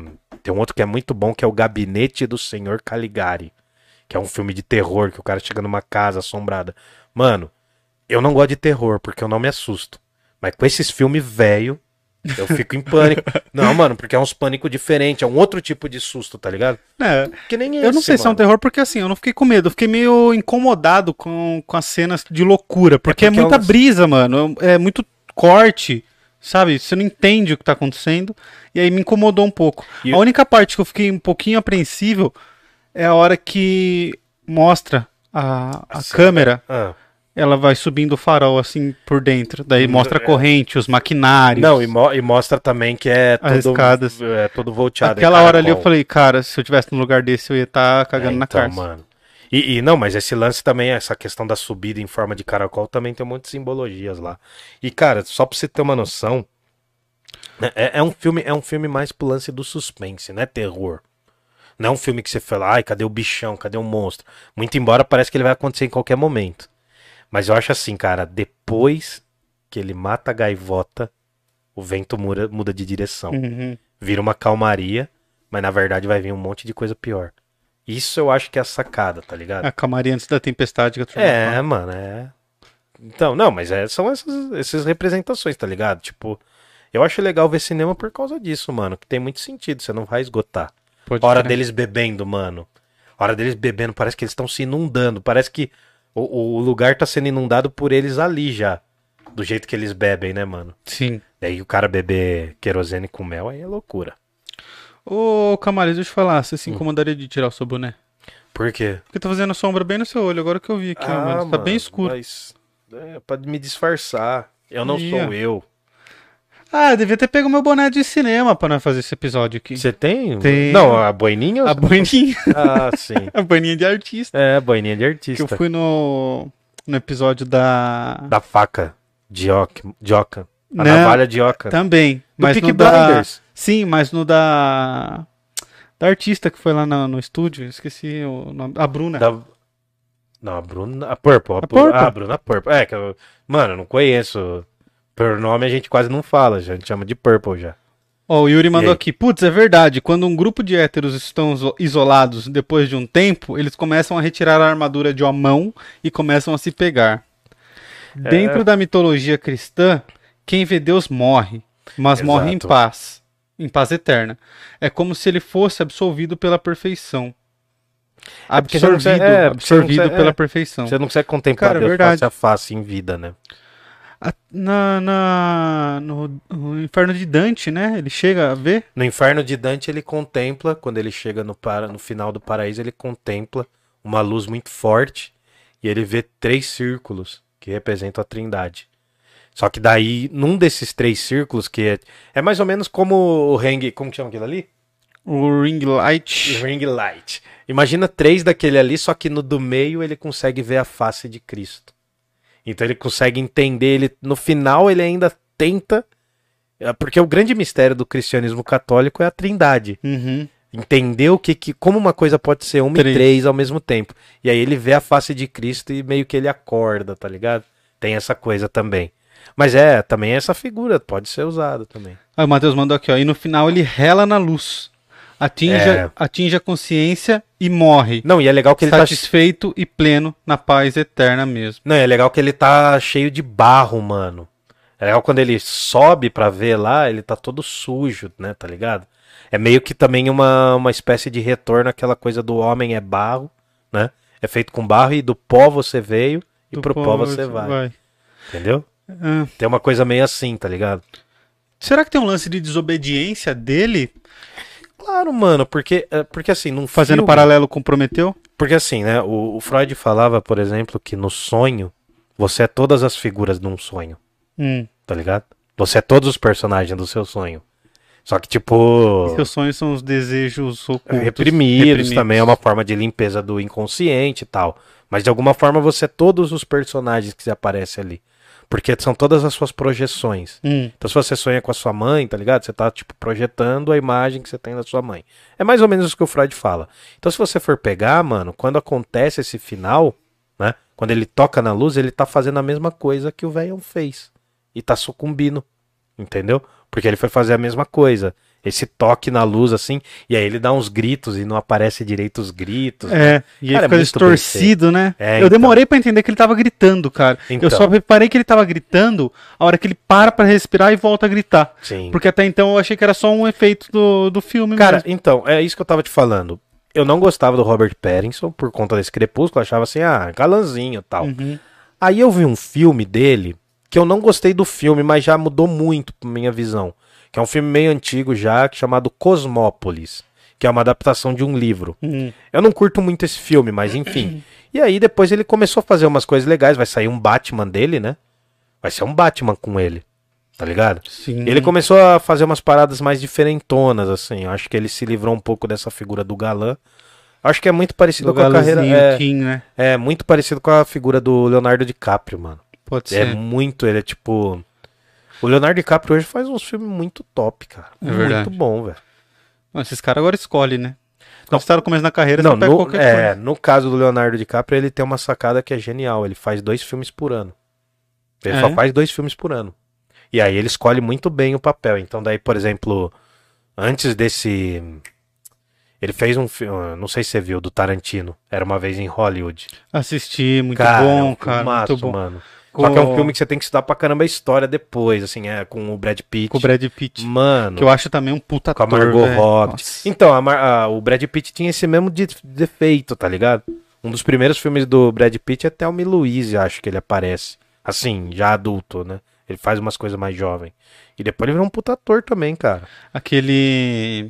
Tem um outro que é muito bom, que é O Gabinete do senhor Caligari. Que é um filme de terror, que o cara chega numa casa assombrada. Mano, eu não gosto de terror, porque eu não me assusto. Mas com esses filmes velho, eu fico em pânico. Não, mano, porque é uns pânico diferente, é um outro tipo de susto, tá ligado? É, Que nem esse, eu não sei se é um mano. terror, porque assim, eu não fiquei com medo, eu fiquei meio incomodado com, com as cenas de loucura, porque é, porque muita elas- brisa, mano, é muito corte, sabe? Você não entende o que tá acontecendo, e aí me incomodou um pouco. E A eu- única parte que eu fiquei um pouquinho apreensível é a hora que mostra a, a Assim, câmera, Ah. ela vai subindo o farol assim por dentro, daí Hum, mostra a é. corrente, os maquinários. Não, e, mo- e mostra também que é As todo, escadas. é todo volteado. Aquela é hora ali eu caracol. falei, cara, se eu tivesse no lugar desse eu ia estar cagando É, na então, cara. mano. E, e não, mas esse lance também, essa questão da subida em forma de caracol, também tem um monte de simbologias lá. E, cara, só pra você ter uma noção, né, é, é um filme, é um filme mais pro lance do suspense, né? Terror. Não é um filme que você fala, ai, cadê o bichão, cadê o monstro? Muito embora parece que ele vai acontecer em qualquer momento. Mas eu acho assim, cara, depois que ele mata a gaivota, o vento muda, muda de direção. Uhum. Vira uma calmaria, mas na verdade vai vir um monte de coisa pior. Isso eu acho que é a sacada, tá ligado? A calmaria antes da tempestade que eu turma É, fala. mano, é. Então, não, mas é, são essas, essas representações, tá ligado? Tipo, eu acho legal ver cinema por causa disso, mano. Que tem muito sentido, você não vai esgotar. Pode A hora crer. deles bebendo, mano. A hora deles bebendo, parece que eles estão se inundando. Parece que o, o lugar tá sendo inundado por eles ali já. Do jeito que eles bebem, né, mano? Sim. Daí o cara beber querosene com mel aí é loucura. Ô, Camales, deixa eu te falar, você Hum. se incomodaria de tirar o seu boné? Por quê? Porque tá fazendo sombra bem no seu olho, agora que eu vi aqui, ó, mano. Tá bem escuro. Ah, Mas é pra me disfarçar. Eu não Ih, sou ó. eu. Ah, devia ter pego meu boné de cinema pra nós fazer esse episódio aqui. Você tem? Tenho. Não, a boininha? A boininha. Ah, sim. A boininha de artista. É, boininha de Que eu artista. fui no, no episódio da... Da faca de oca. De oca. A Não, navalha de oca. Também. Do Mas Peaky no da... Blinders. Sim, mas no da... Da artista que foi lá no, no estúdio, esqueci o nome. A Bruna. Da... Não, a Bruna. A Purple. A, A Pur- Purple. Ah, a Bruna Purple. É, que eu... Mano, eu não conheço. Por nome a gente quase não fala, já. A gente chama de Purple já. Ó, o Yuri mandou aí? aqui. Putz, é verdade. Quando um grupo de héteros estão iso- isolados depois de um tempo, eles começam a retirar a armadura de uma mão e começam a se pegar. É. Dentro da mitologia cristã, quem vê Deus morre, mas Exato. morre em paz. Em paz eterna. É como se ele fosse absolvido pela perfeição. É porque você não Absorvido, consegue- é, porque você não absorvido consegue- pela é. perfeição. Você não consegue contemplar Cara, Deus verdade. face a face em vida, né? A- Na, na- no, no inferno de Dante, né? Ele chega a ver. No inferno de Dante ele contempla, quando ele chega no, para, no final do paraíso, ele contempla uma luz muito forte e ele vê três círculos que representam a Trindade. Só que daí, num desses três círculos, que é, é mais ou menos como o ring, como que chama aquilo ali? O ring light. Ring light. Imagina três daquele ali, só que no do meio ele consegue ver a face de Cristo. Então ele consegue entender, ele no final ele ainda tenta, é, porque o grande mistério do cristianismo católico é a Trindade. Uhum. Entender o que, que como uma coisa pode ser uma Três. e três ao mesmo tempo. E aí ele vê a face de Cristo e meio que ele acorda, tá ligado? Tem essa coisa também. Mas é, também essa figura pode ser usada também. Ah, o Matheus mandou aqui, ó. E no final ele rela na luz. Atinge, É. atinge a consciência e morre. Não, e é legal que ele tá satisfeito e pleno na paz eterna mesmo. Não, é legal que ele tá cheio de barro, mano. É legal quando ele sobe pra ver lá, ele tá todo sujo, né, tá ligado? É meio que também uma, uma espécie de retorno àquela coisa do homem é barro, né? É feito com barro e do pó você veio e Do pro pó você vai. Entendeu? Ah, Tem uma coisa meio assim, tá ligado? será que tem um lance de desobediência dele, Claro, mano, porque, é, porque assim, num fazendo filme, paralelo com Prometeu? Porque assim, né, o, o Freud falava, por exemplo, que no sonho, você é todas as figuras de um sonho. Hum. Tá ligado? Você é todos os personagens do seu sonho. Só que, tipo. Seus sonhos são os desejos ocultos. Reprimidos, também é uma forma de limpeza do inconsciente e tal. Mas de alguma forma você é todos os personagens que aparecem ali. Porque são todas as suas projeções. Hum. Então se você sonha com a sua mãe, tá ligado? Você tá, tipo, projetando a imagem que você tem da sua mãe. É mais ou menos isso que o Freud fala. Então se você for pegar, mano, quando acontece esse final, né? Quando ele toca na luz, ele tá fazendo a mesma coisa que o velhão fez. E tá sucumbindo. Entendeu? Porque ele foi fazer a mesma coisa. esse toque na luz, assim, e aí ele dá uns gritos e não aparece direito os gritos. É, e ele Cara, é fica muito distorcido, né? É, eu então. demorei pra entender que ele tava gritando, cara. Então. Eu só reparei que ele tava gritando a hora que ele para pra respirar e volta a gritar. Sim. Porque até então eu achei que era só um efeito do, do filme Cara, mesmo. então, é isso que eu tava te falando. Eu não gostava do Robert Pattinson por conta desse Crepúsculo, eu achava assim, ah, galanzinho e tal. Uhum. Aí eu vi um filme dele, que eu não gostei do filme, mas já mudou muito pra minha visão. Que é um filme meio antigo já, chamado Cosmópolis, que é uma adaptação de um livro. Uhum. Eu não curto muito esse filme, mas enfim. E aí depois ele começou a fazer umas coisas legais, vai sair um Batman dele, né? Vai ser um Batman com ele, tá ligado? Sim. Ele começou a fazer umas paradas mais diferentonas, assim. Eu acho que ele se livrou um pouco dessa figura do galã. Acho que é muito parecido Do com a carreira. galãzinho, É, Tim, né? é muito parecido com a figura do Leonardo DiCaprio, mano. Pode É ser. muito, ele é tipo. O Leonardo DiCaprio hoje faz uns filmes muito top, cara. É muito verdade. bom, velho. Bom, esses caras agora escolhem, né? Não. Quando você tá no começo da carreira, Não, você pega no, qualquer é, coisa. no caso do Leonardo DiCaprio, ele tem uma sacada que é genial. Ele faz dois filmes por ano. Ele É? só faz dois filmes por ano. E aí ele escolhe muito bem o papel. Então daí, por exemplo, antes desse... Ele fez um filme, não sei se você viu, do Tarantino. Era Uma Vez em Hollywood. Assisti, muito Cara, é bom, um cara. filmaço, Muito bom. mano. Com- Só que é um filme que você tem que estudar pra caramba a história depois, assim, é com o Brad Pitt. Com o Brad Pitt. Mano, Que eu acho também um puta com a ator, Margot velho. Robbie. Nossa. Então, a Mar- a- o Brad Pitt tinha esse mesmo de- defeito, tá ligado? Um dos primeiros filmes do Brad Pitt é Thelma e Louise, acho que ele aparece. Assim, já adulto, né? Ele faz umas coisas mais jovem. E depois ele virou um puta ator também, cara. Aquele...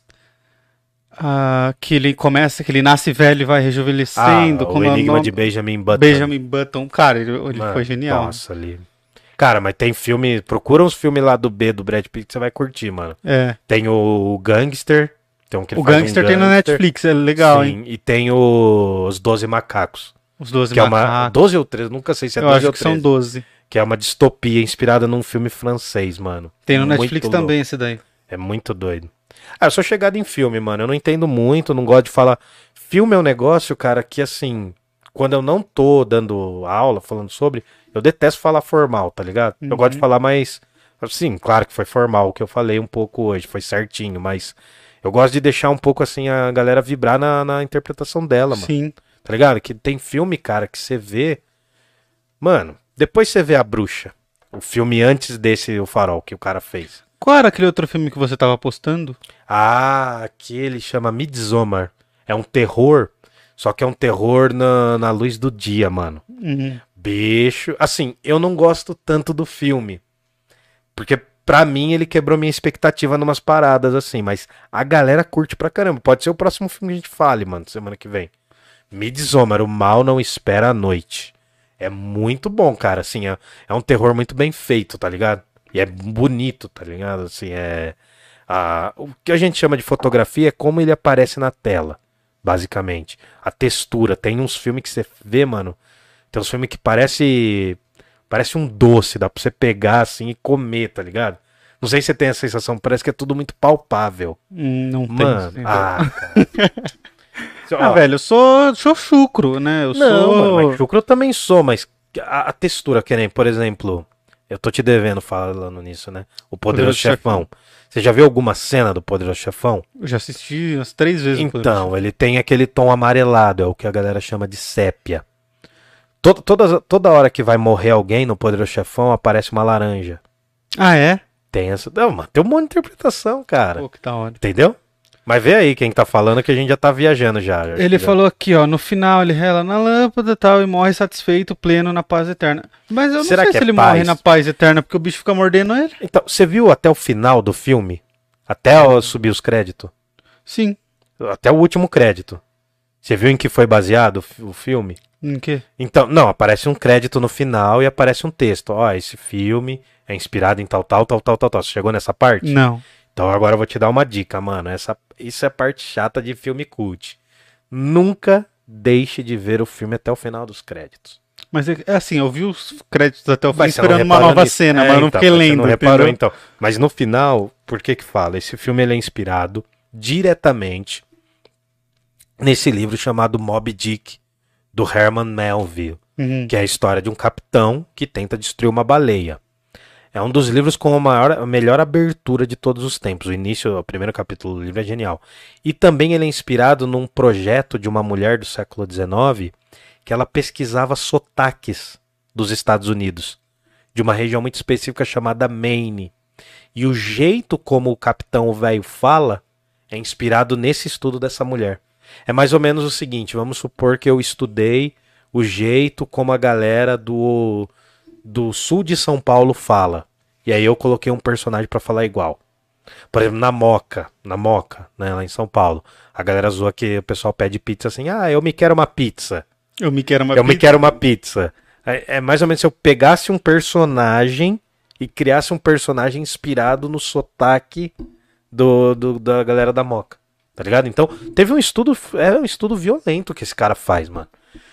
Ah, que ele começa, que ele nasce velho e vai rejuvenescendo. Ah, o como é o Enigma nome? de Benjamin Button. Benjamin Button. Cara, ele, ele Mano, foi genial. Nossa, ali. Cara, mas tem filme... Procura uns filmes lá do B do Brad Pitt que você vai curtir, mano. É. Tem o Gangster. Tem um que ele O faz um Gangster tem na gangster. Netflix, é legal, Sim, hein? e tem o- os Doze Macacos. Os doze Que é uma. macacos. doze ou treze, nunca sei se é Eu doze acho ou que são treze. doze. Que é uma distopia inspirada num filme francês, mano. Tem no Muito Netflix louco. também esse daí. É muito doido. Ah, eu sou chegado em filme, mano. Eu não entendo muito, não gosto de falar. Filme é um negócio, cara, que assim. Quando eu não tô dando aula, falando sobre, eu detesto falar formal, tá ligado? Eu Uhum. gosto de falar mais. Assim, claro que foi formal o que eu falei um pouco hoje, foi certinho, mas eu gosto de deixar um pouco assim a galera vibrar na, na interpretação dela, mano. Sim. Tá ligado? Que tem filme, cara, que você vê. Mano, depois você vê A Bruxa. O filme antes desse, O Farol, que o cara fez. Qual era aquele outro filme que você tava postando? Ah, aquele chama Midsommar. É um terror, só que é um terror na, na luz do dia, mano. Uhum. Bicho. Assim, eu não gosto tanto do filme. Porque pra mim ele quebrou minha expectativa numas paradas, assim. Mas a galera curte pra caramba. Pode ser o próximo filme que a gente fale, mano, semana que vem. Midsommar, o mal não espera a noite. É muito bom, cara, assim, é, é um terror muito bem feito, tá ligado? E é bonito, tá ligado? Assim, é... A, o que a gente chama de fotografia é como ele aparece na tela, basicamente. A textura, tem uns filmes que você vê, mano, tem uns filmes que parece... Parece um doce, dá pra você pegar, assim, e comer, tá ligado? Não sei se você tem essa sensação, parece que é tudo muito palpável. Hum, Não tem. Mano, sim. ah, cara. Ah, Ó, velho, eu sou, sou chucro, né? Eu Não, sou. mano, mas chucro eu também sou, mas a, a textura, que nem, por exemplo, eu tô te devendo falando nisso, né? O Poderoso Poderoso Chefão. Você já viu alguma cena do Poderoso Chefão? Eu já assisti umas três vezes. o Poderoso Então, ele tem aquele tom amarelado, é o que a galera chama de sépia. Toda, toda, toda hora que vai morrer alguém no Poderoso Chefão, aparece uma laranja. Chefão. Ah, é? Tem essa. Não, mano, tem um monte de interpretação, cara. Pô, que da hora. Entendeu? Mas vê aí quem tá falando que a gente já tá viajando já. já Ele já. falou aqui, ó, no final ele rela na lâmpada e tal e morre satisfeito, pleno na paz eterna. Mas eu não Será sei que se é ele paz? morre na paz eterna porque o bicho fica mordendo ele. Então, você viu até o final do filme? Até ó, subir os créditos? Sim. Até o último crédito. Você viu em que foi baseado o fi- o filme? Em quê? Então, não, aparece um crédito no final e aparece um texto. Ó, esse filme é inspirado em tal, tal, tal, tal, tal, tal. Você chegou nessa parte? Não. Então agora eu vou te dar uma dica, mano. Essa, isso é a parte chata de filme cult. Nunca deixe de ver o filme até o final dos créditos. Mas é é assim, eu vi os créditos até o fim Mas você não esperando uma reparou nova nisso? cena, É, mas eu não então, fiquei mas você lendo, não reparou, entendeu? então. Mas no final, por que que fala? Esse filme ele é inspirado diretamente nesse livro chamado Moby Dick, do Herman Melville, Uhum. que é a história de um capitão que tenta destruir uma baleia. É um dos livros com a, maior, a melhor abertura de todos os tempos. O início, o primeiro capítulo do livro é genial. E também ele é inspirado num projeto de uma mulher do século dezenove que ela pesquisava sotaques dos Estados Unidos, de uma região muito específica chamada Maine. E o jeito como o capitão velho fala é inspirado nesse estudo dessa mulher. É mais ou menos o seguinte, vamos supor que eu estudei o jeito como a galera do, do sul de São Paulo fala. E aí eu coloquei um personagem pra falar igual. Por exemplo, na Moca, na Moca, né, lá em São Paulo. A galera zoa que o pessoal pede pizza assim, ah, eu me quero uma pizza. Eu me quero uma eu pizza. me quero uma pizza. É, é mais ou menos se eu pegasse um personagem e criasse um personagem inspirado no sotaque do, do, da galera da Moca. Tá ligado? Então, teve um estudo, é um estudo violento que esse cara faz, mano.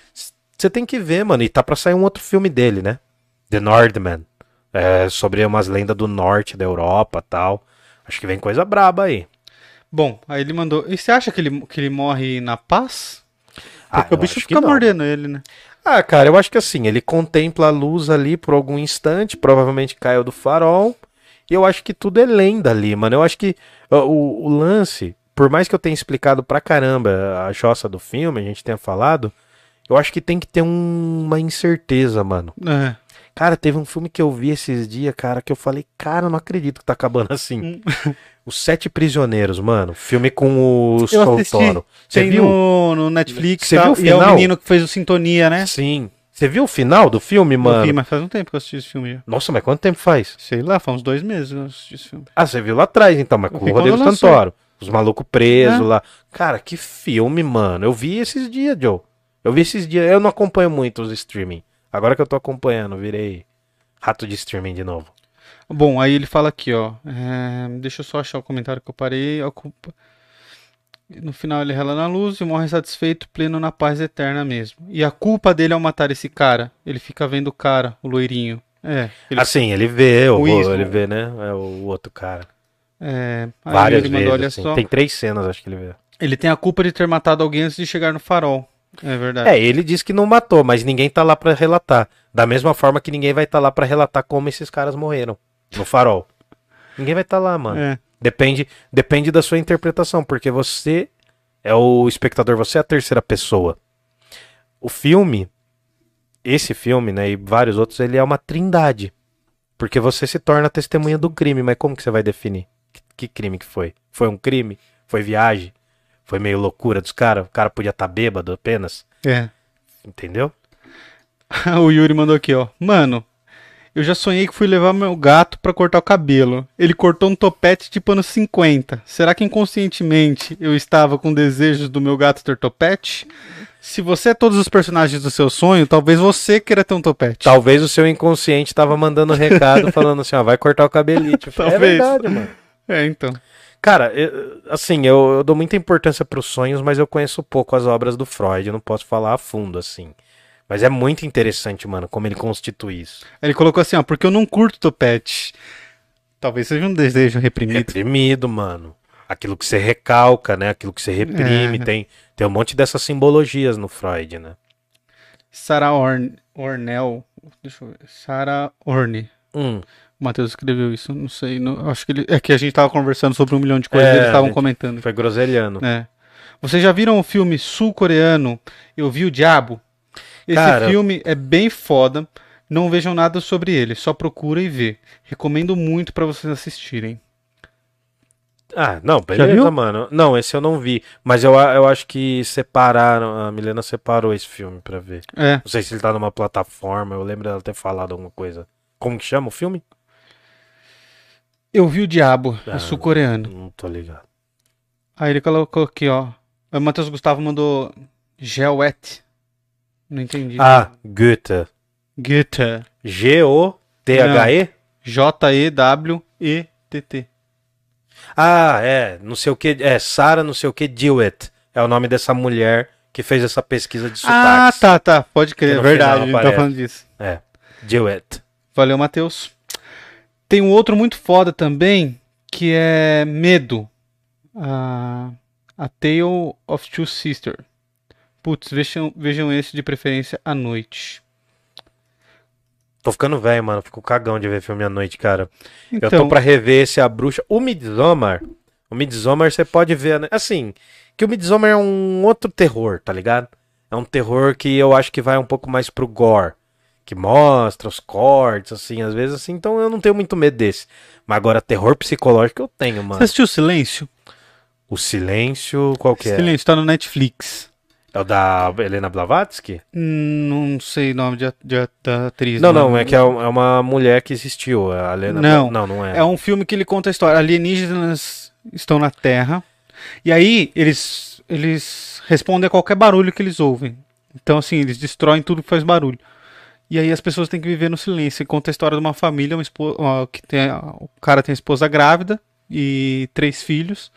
Você tem que ver, mano. E tá pra sair um outro filme dele, né? The Northman. É, sobre umas lendas do norte da Europa e tal. Acho que vem coisa braba aí. Bom, aí ele mandou. E você acha que ele, que ele morre na paz? Porque Ah, o bicho acho que fica não. mordendo ele, né? Ah, cara, eu acho que assim, ele contempla a luz ali por algum instante, provavelmente caiu do farol. E eu acho que tudo é lenda ali, mano. Eu acho que ó, o, o lance, por mais que eu tenha explicado pra caramba a jossa do filme, a gente tenha falado, eu acho que tem que ter um- uma incerteza, mano. É. Cara, teve um filme que eu vi esses dias, cara, que eu falei, cara, eu não acredito que tá acabando assim. Os Sete Prisioneiros, mano. Filme com o Eu Sol assisti. Toro. Você Tem viu? no, no Netflix. Você Tal, viu o e é o final? menino que fez o Sintonia, né? Sim. Você viu o final do filme, Eu mano? vi, mas faz um tempo que eu assisti esse filme já. Nossa, mas quanto tempo faz? Sei lá, faz uns dois meses que eu assisti esse filme. Ah, você viu lá atrás, então, mas Eu com vi o Rodrigo quando lançou. Santoro. Os malucos presos É. lá. Cara, que filme, mano. Eu vi esses dias, Joe. Eu vi esses dias. Eu não acompanho muito os streaming. Agora que eu tô acompanhando, virei rato de streaming de novo. Bom, aí ele fala aqui, ó. é, Deixa eu só achar o comentário que eu parei. A culpa- No final ele rela na luz e morre satisfeito, pleno na paz eterna mesmo. E a culpa dele ao matar esse cara, ele fica vendo o cara, o loirinho. É, ele, Assim, ele vê, o, O Ismo. ele vê, né? É o outro cara. é, aí Várias ele vezes, mandou, olha assim. só. Tem três cenas, acho que ele vê. Ele tem a culpa de ter matado alguém antes de chegar no farol. É verdade. É, ele diz que não matou, mas ninguém tá lá pra relatar. Da mesma forma que ninguém vai estar lá pra relatar como esses caras morreram no farol. Ninguém vai estar lá, mano. É. Depende, depende da sua interpretação, porque você é o espectador, você é a terceira pessoa. O filme, esse filme, né, e vários outros, ele é uma trindade. Porque você se torna testemunha do crime, mas como que você vai definir? Que, que crime que foi? Foi um crime? Foi viagem? Foi meio loucura dos caras? O cara podia estar bêbado apenas? É. Entendeu? O Yuri mandou aqui, ó. Mano, eu já sonhei que fui levar meu gato pra cortar o cabelo. Ele cortou um topete tipo anos cinquenta. Será que inconscientemente eu estava com desejos do meu gato ter topete? Se você é todos os personagens do seu sonho, talvez você queira ter um topete. Talvez o seu inconsciente tava mandando recado falando assim, ó, vai cortar o cabelito. É Talvez. verdade, mano. É, então. Cara, eu- assim, eu, eu dou muita importância pros sonhos, mas eu conheço pouco as obras do Freud, eu não posso falar a fundo, assim. Mas é muito interessante, mano, como ele constitui isso. Ele colocou assim, ó, porque eu não curto topete. Talvez seja um desejo reprimido. Reprimido, mano. Aquilo que você recalca, né? Aquilo que você reprime. É. Tem, tem um monte dessas simbologias no Freud, né? Sarah Orn Ornell. Deixa eu ver. Sarah Orne. Hum. O Matheus escreveu isso, não sei. não- acho que ele. É que a gente tava conversando sobre um milhão de coisas É, e eles estavam gente, comentando. Foi groselhando. É. Vocês já viram o filme sul-coreano Eu Vi o Diabo? Esse Cara- filme é bem foda. Não vejam nada sobre ele, só procura e vê. Recomendo muito pra vocês assistirem. Ah, não, beleza, viu? mano. Não, esse eu não vi. Mas eu, a- eu acho que separaram. A Milena separou esse filme pra ver. É. Não sei se ele tá numa plataforma. Eu lembro dela ter falado alguma coisa. Como que chama o filme? Eu Vi o Diabo, Ah, é sul-coreano. Não tô ligado. Aí ele colocou aqui, ó. O Matheus Gustavo mandou Geowet. Não entendi. Ah, Goethe. Goethe. G O T H E? J E W E T T. Ah, é. Não sei o que. É, Sarah não sei o que Dewitt. É o nome dessa mulher que fez essa pesquisa de Ah, sotaques. tá, tá. Pode Que crer, é no verdade. final A gente tá aparece. falando disso. É, Dewitt. Valeu, Matheus. Tem um outro muito foda também, que é Medo. A, a Tale of Two Sisters. Putz, vejam, vejam esse de preferência à noite. Tô ficando velho, mano. Fico cagão de ver filme à noite, cara. Então, Eu tô pra rever esse A Bruxa. O Midsommar. O Midsommar você pode ver, né? Assim, que o Midsommar é um outro terror, tá ligado? É um terror que eu acho que vai um pouco mais pro gore. Que mostra os cortes, assim, às vezes, assim. Então eu não tenho muito medo desse. Mas agora, terror psicológico eu tenho, você mano. assistiu Silêncio? O Silêncio, qual que é? Silêncio, tá no Netflix. É o da Helena Blavatsky? Hum, Não sei o nome de, a- de a- da atriz. Não, não, é que é um- é uma mulher que existiu. A Helena Não, Não, não é. É um filme que ele conta a história. Alienígenas estão na Terra. E aí eles, eles respondem a qualquer barulho que eles ouvem. Então, assim, eles destroem tudo que faz barulho. E aí as pessoas têm que viver no silêncio. E conta a história de uma família, uma espo- uma- que tem, a- o cara tem a esposa grávida e três filhos.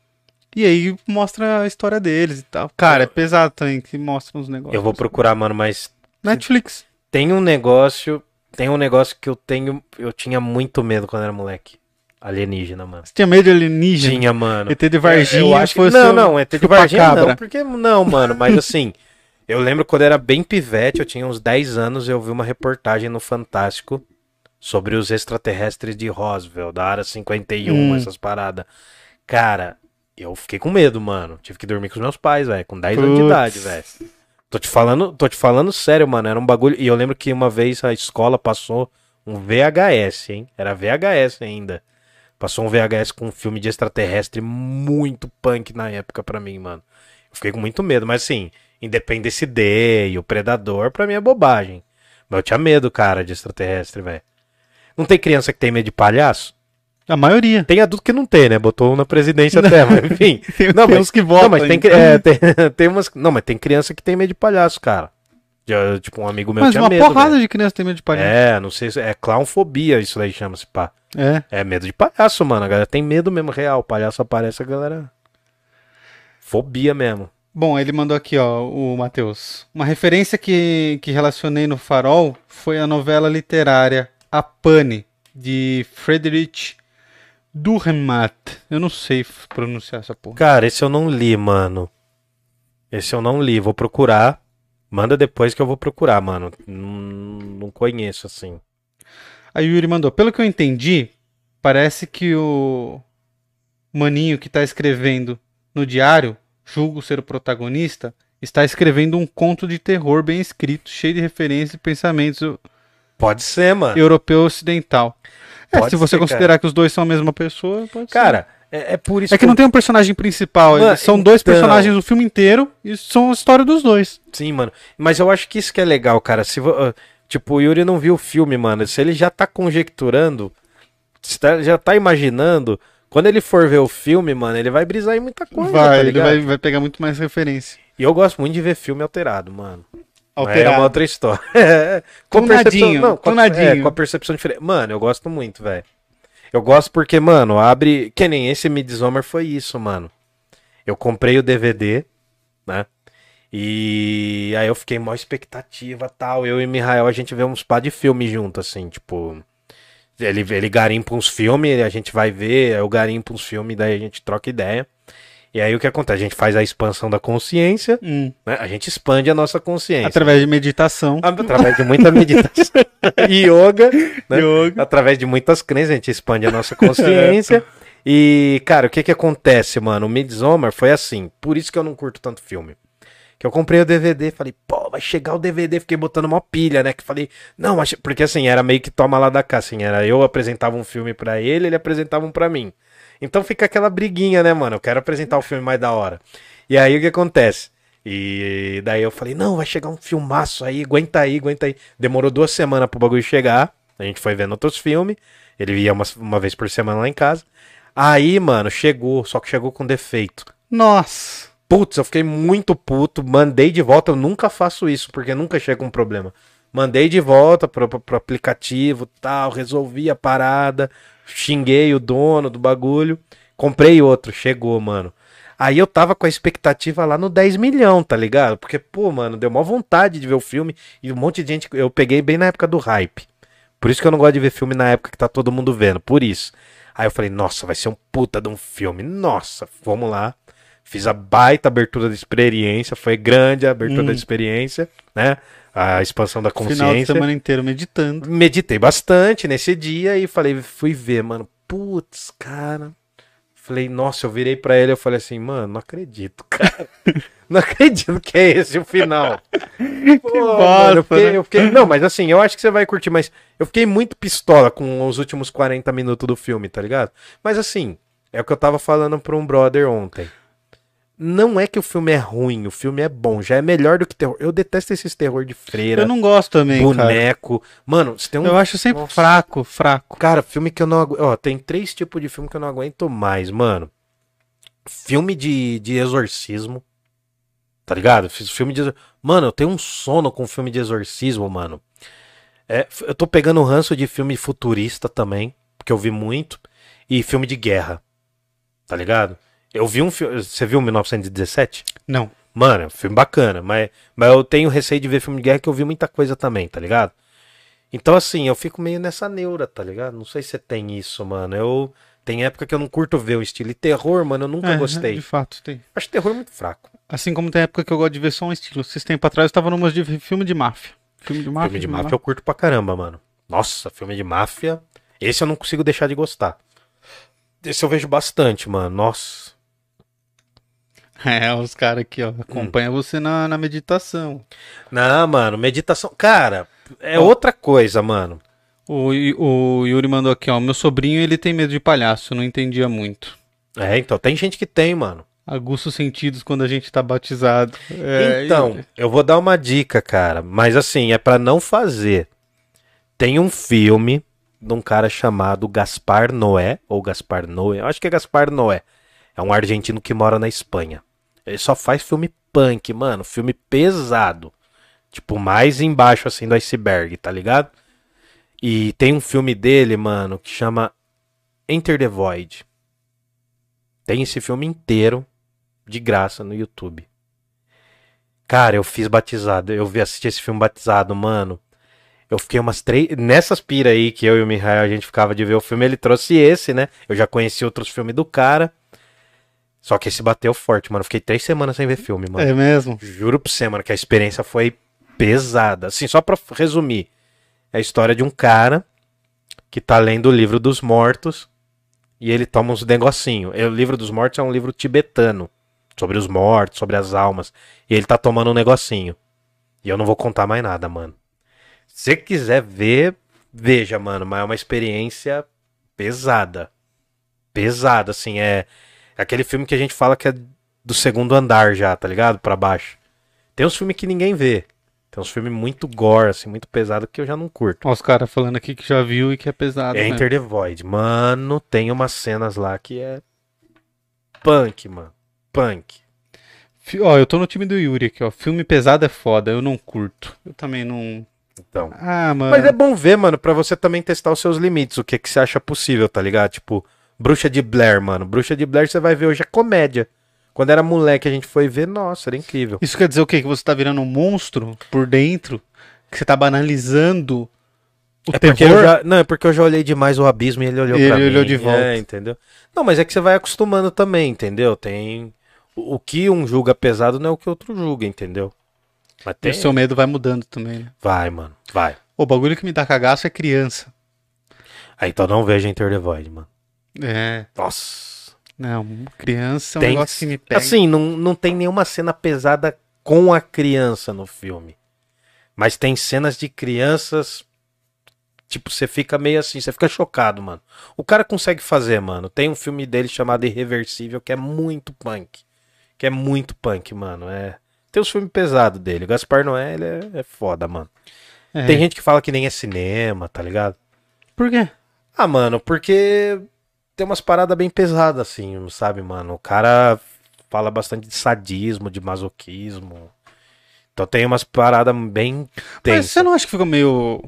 E aí mostra a história deles e tal. Cara, é pesado também, que mostra uns negócios. Eu vou procurar, mano, mas Netflix. tem um negócio. Tem um negócio que eu tenho. Eu tinha muito medo quando era moleque. Alienígena, mano. Você tinha medo de alienígena? Tinha, mano. E T de Varginha Eu acho que- fosse Não, o não, é T de Varginha chupacabra. não, porque não, mano, mas assim, eu lembro quando eu era bem pivete, eu tinha uns dez anos, eu vi uma reportagem no Fantástico sobre os extraterrestres de Roswell, da Área cinquenta e um, Hum. essas paradas. Cara, eu fiquei com medo, mano. Tive que dormir com os meus pais, velho, com dez anos de Putz. idade, velho. Tô te falando, tô te falando sério, mano, era um bagulho, e eu lembro que uma vez a escola passou um V H S, hein? Era V H S ainda. Passou um V H S com um filme de extraterrestre muito punk na época pra mim, mano. Eu fiquei com muito medo, mas assim, Independence Day e o Predador pra mim é bobagem. Mas eu tinha medo, cara, de extraterrestre, velho. Não tem criança que tem medo de palhaço? A maioria. Tem adulto que não tem, né? Botou um na presidência até, mas enfim. Tem, Não, tem mas, uns que votam. não, mas tem, ainda. é, tem, tem umas. Não, mas tem criança que tem medo de palhaço, cara. Já, tipo, um amigo meu Mas tinha uma medo. porrada velho. de criança tem medo de palhaço. É, não sei se. É clownfobia, isso daí chama-se, pá. É. É medo de palhaço, mano. A galera tem medo mesmo, real. O palhaço aparece, a galera. Fobia mesmo. Bom, ele mandou aqui, ó, o Matheus. Uma referência que, que relacionei no Farol foi a novela literária A Pane, de Friedrich Dürrenmatt. Eu não sei f- pronunciar essa porra. Cara, esse eu não li, mano. Esse eu não li. Vou procurar. Manda depois que eu vou procurar, mano. Não, não conheço, assim. A Yuri mandou. Pelo que eu entendi, parece que o maninho que tá escrevendo no diário, julgo ser o protagonista, está escrevendo um conto de terror bem escrito, cheio de referências e pensamentos eu- Pode ser, mano. europeu ocidental. É, Pode se você ser, considerar que os dois são a mesma pessoa, pode ser. Cara, é, é por isso É que não tem um personagem principal, Mano, eles são dois então- personagens do filme inteiro e são a história dos dois. Sim, mano. Mas eu acho que isso que é legal, cara. Se vo- ah, Tipo, o Yuri não viu o filme, mano. Se ele já tá conjecturando, se tá- já tá imaginando, quando ele for ver o filme, mano, ele vai brisar em muita coisa, vai, tá ele ligado? vai, vai pegar muito mais referência. E eu gosto muito de ver filme alterado, mano. Mas é Alterado. uma outra história. É, com a Tunadinho, percepção, não, com a, tunadinho. é, com a percepção diferente. Mano, eu gosto muito, velho. Eu gosto porque, mano, abre. Que nem esse Midsommar foi isso, mano. Eu comprei o D V D, né? E aí eu fiquei mó expectativa tal. Eu e Mihael, a gente vê uns pá de filme junto, assim, tipo. Ele, ele garimpa uns filmes, a gente vai ver, eu garimpo uns filmes, daí a gente troca ideia. E aí o que acontece? A gente faz a expansão da consciência, Hum. né? A gente expande a nossa consciência. Através de meditação. Através de muita meditação e yoga, né? Yoga. Através de muitas crenças, a gente expande a nossa consciência. E, cara, o que que acontece, mano? O Midsommar foi assim, por isso que eu não curto tanto filme. Que eu comprei o D V D, falei, pô, vai chegar o D V D, fiquei botando uma pilha, né? Que falei, não, mas... porque assim, era meio que toma lá da cá, assim, era eu apresentava um filme pra ele, ele apresentava um pra mim. Então fica aquela briguinha, né, mano? Eu quero apresentar o filme mais da hora. E aí o que acontece? E daí eu falei, não, vai chegar um filmaço aí, aguenta aí, aguenta aí. Demorou duas semanas pro bagulho chegar, a gente foi vendo outros filmes, ele ia uma, uma vez por semana lá em casa. Aí, mano, chegou, só que chegou com defeito. Nossa. Putz, eu fiquei muito puto, mandei de volta, eu nunca faço isso, porque nunca chega um problema. Mandei de volta pro, pro, pro aplicativo, tal, resolvi a parada, xinguei o dono do bagulho, comprei outro, chegou, mano. Aí eu tava com a expectativa lá no dez milhão, tá ligado? Porque, pô, mano, deu uma vontade de ver o filme e um monte de gente, eu peguei bem na época do hype. Por isso que eu não gosto de ver filme na época que tá todo mundo vendo, por isso. Aí eu falei, nossa, vai ser um puta de um filme, nossa, vamos lá. Fiz a baita abertura da experiência, foi grande a abertura Hum. da experiência, né? a expansão da Final de consciência. semana inteiro meditando. Meditei bastante nesse dia e falei, fui ver, mano. Putz, cara. Falei, nossa, eu virei pra ele, eu falei assim, mano, não acredito, cara. Não acredito que é esse o final. Pô, Que mano, bosta, eu fiquei, né? eu fiquei- Não, mas assim, eu acho que você vai curtir, mas eu fiquei muito pistola com os últimos quarenta minutos do filme, tá ligado? Mas assim, é o que eu tava falando pra um brother ontem. Não é que o filme é ruim, o filme é bom, já é melhor do que terror. Eu detesto esses terror de freira, Eu não gosto também, cara. boneco. Mano, você tem um. Eu acho sempre Nossa. fraco, fraco. Cara, filme que eu não aguento. Ó, tem três tipos de filme que eu não aguento mais, mano. Filme de, de exorcismo. Tá ligado? Fiz filme de. exor- Mano, eu tenho um sono com filme de exorcismo, mano. É, f- eu tô pegando ranço de filme futurista também, porque eu vi muito. E filme de guerra. Tá ligado? Eu vi um filme. Você viu mil novecentos e dezessete? Não. Mano, é um filme bacana, mas, mas eu tenho receio de ver filme de guerra que eu vi muita coisa também, tá ligado? Então, assim, eu fico meio nessa neura, tá ligado? Não sei se você tem isso, mano. Eu. Tem época que eu não curto ver o estilo. E terror, mano, eu nunca É, gostei. de fato, tem. Acho terror muito fraco. Assim como tem época que eu gosto de ver só um estilo. Esses tempos atrás eu tava numa de filme de máfia. Filme de máfia. filme de máfia eu curto pra caramba, mano. Nossa, filme de máfia. Esse eu não consigo deixar de gostar. Esse eu vejo bastante, mano. Nossa. É, os caras aqui, ó, acompanha você na, na meditação. Não, mano, meditação. Cara, é Ó. outra coisa, mano. O, Yu- o Yuri mandou aqui, ó, meu sobrinho, ele tem medo de palhaço, eu não entendia muito. É, então, tem gente que tem, mano. Aguça os sentidos quando a gente tá batizado. É, Então, Yuri. eu vou dar uma dica, cara. Mas assim, é pra não fazer. Tem um filme de um cara chamado Gaspar Noé, ou Gaspar Noé, eu acho que é Gaspar Noé. É um argentino que mora na Espanha. Ele só faz filme punk, mano, filme pesado. Tipo, mais embaixo assim do iceberg, tá ligado? E tem um filme dele, mano, que chama Enter the Void. Tem esse filme inteiro de graça no YouTube. Cara, eu fiz batizado, eu vi assistir esse filme batizado, mano. Eu fiquei umas três. Nessas pira aí que eu e o Mihail a gente ficava de ver o filme, ele trouxe esse, né? Eu já conheci outros filmes do cara. Só que esse bateu forte, mano. Eu fiquei três semanas sem ver filme, mano. É mesmo? Juro pra você, mano, que a experiência foi pesada. Assim, só pra resumir. É a história de um cara que tá lendo o livro dos mortos e ele toma uns negocinho. O livro dos mortos é um livro tibetano. Sobre os mortos, sobre as almas. E ele tá tomando um negocinho. E eu não vou contar mais nada, mano. Se você quiser ver, veja, mano. Mas é uma experiência pesada. Pesada, assim. É é aquele filme que a gente fala que é do segundo andar já, tá ligado? Pra baixo. Tem uns filmes que ninguém vê. Tem uns filmes muito gore, assim, muito pesado que eu já não curto. Ó, os caras falando aqui que já viu e que é pesado. É mesmo. Enter the Void. Mano, tem umas cenas lá que é punk, mano. Punk. Fi- Ó, eu tô no time do Yuri aqui, ó. Filme pesado é foda, eu não curto. Eu também não. Então. Ah, mano. Mas é bom ver, mano, pra você também testar os seus limites, o que que você acha possível, tá ligado? Tipo, Bruxa de Blair, mano. Bruxa de Blair você vai ver hoje é comédia. Quando era moleque a gente foi ver, nossa, era incrível. Isso quer dizer o quê? Que você tá virando um monstro por dentro? Que você tá banalizando o É porque terror? eu já, não, é porque eu já olhei demais o abismo e ele olhou Ele pra mim. olhou de volta. É, entendeu? Não, mas é que você vai acostumando também, entendeu? Tem o o que um julga pesado não é o que outro julga, entendeu? Mas E tem... o seu medo vai mudando também, né? Vai, mano, vai. O bagulho que me dá cagaço é criança. Aí então não veja Enter the Void, mano. É. Nossa. Não, criança é um Tem, negócio que me pega. assim, não, não tem nenhuma cena pesada com a criança no filme. Mas tem cenas de crianças. Tipo, você fica meio assim, você fica chocado, mano. O cara consegue fazer, mano. Tem um filme dele chamado Irreversível que é muito punk. Que é muito punk, mano. É... Tem os filmes pesados dele. O Gaspar Noé, ele é, é foda, mano. É. Tem gente que fala que nem é cinema, tá ligado? Por quê? Ah, mano, porque tem umas paradas bem pesadas, assim, sabe, mano? O cara fala bastante de sadismo, de masoquismo. Então tem umas paradas bem Mas tensas. você não acha que ficou meio.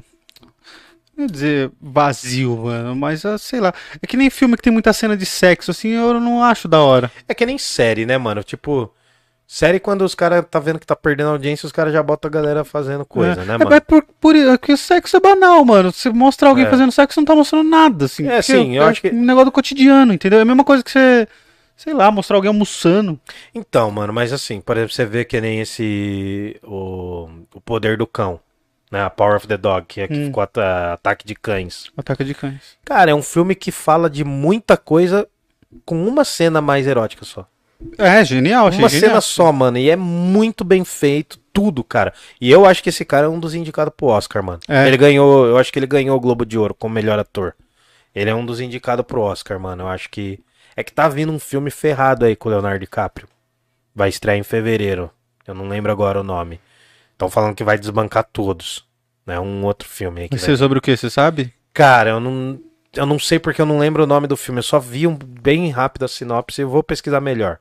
Não ia dizer vazio, mano, mas ah, sei lá. É que nem filme que tem muita cena de sexo, assim, eu não acho da hora. É que nem série, né, mano? Tipo, série quando os caras tá vendo que tá perdendo audiência, os caras já botam a galera fazendo coisa, é. né, É, mano? mas por, por, é que o sexo é banal, mano. Você mostra alguém É. fazendo sexo, não tá mostrando nada, assim. É, Porque sim, eu acho que- um negócio do cotidiano, entendeu? É a mesma coisa que você, sei lá, mostrar alguém almoçando. Então, mano, mas assim, por exemplo, você vê que nem esse. O, o Poder do Cão. né? A Power of the Dog, que é que Hum. ficou a, Ataque de Cães. Ataque de Cães. Cara, é um filme que fala de muita coisa com uma cena mais erótica só. É, genial. Achei Uma genial. cena só, mano. E é muito bem feito, tudo, cara. E eu acho que esse cara é um dos indicados pro Oscar, mano. É. Ele ganhou, eu acho que ele ganhou o Globo de Ouro como melhor ator. Ele é um dos indicados pro Oscar, mano. Eu acho que... É que tá vindo um filme ferrado aí com o Leonardo DiCaprio. Vai estrear em fevereiro. Eu não lembro agora o nome. Estão falando que vai desbancar todos. Né? Um outro filme aí. Que Vai vai... ser sobre o que, você sabe? Cara, eu não... Eu não sei porque eu não lembro o nome do filme. Eu só vi um bem rápido a sinopse e vou pesquisar melhor.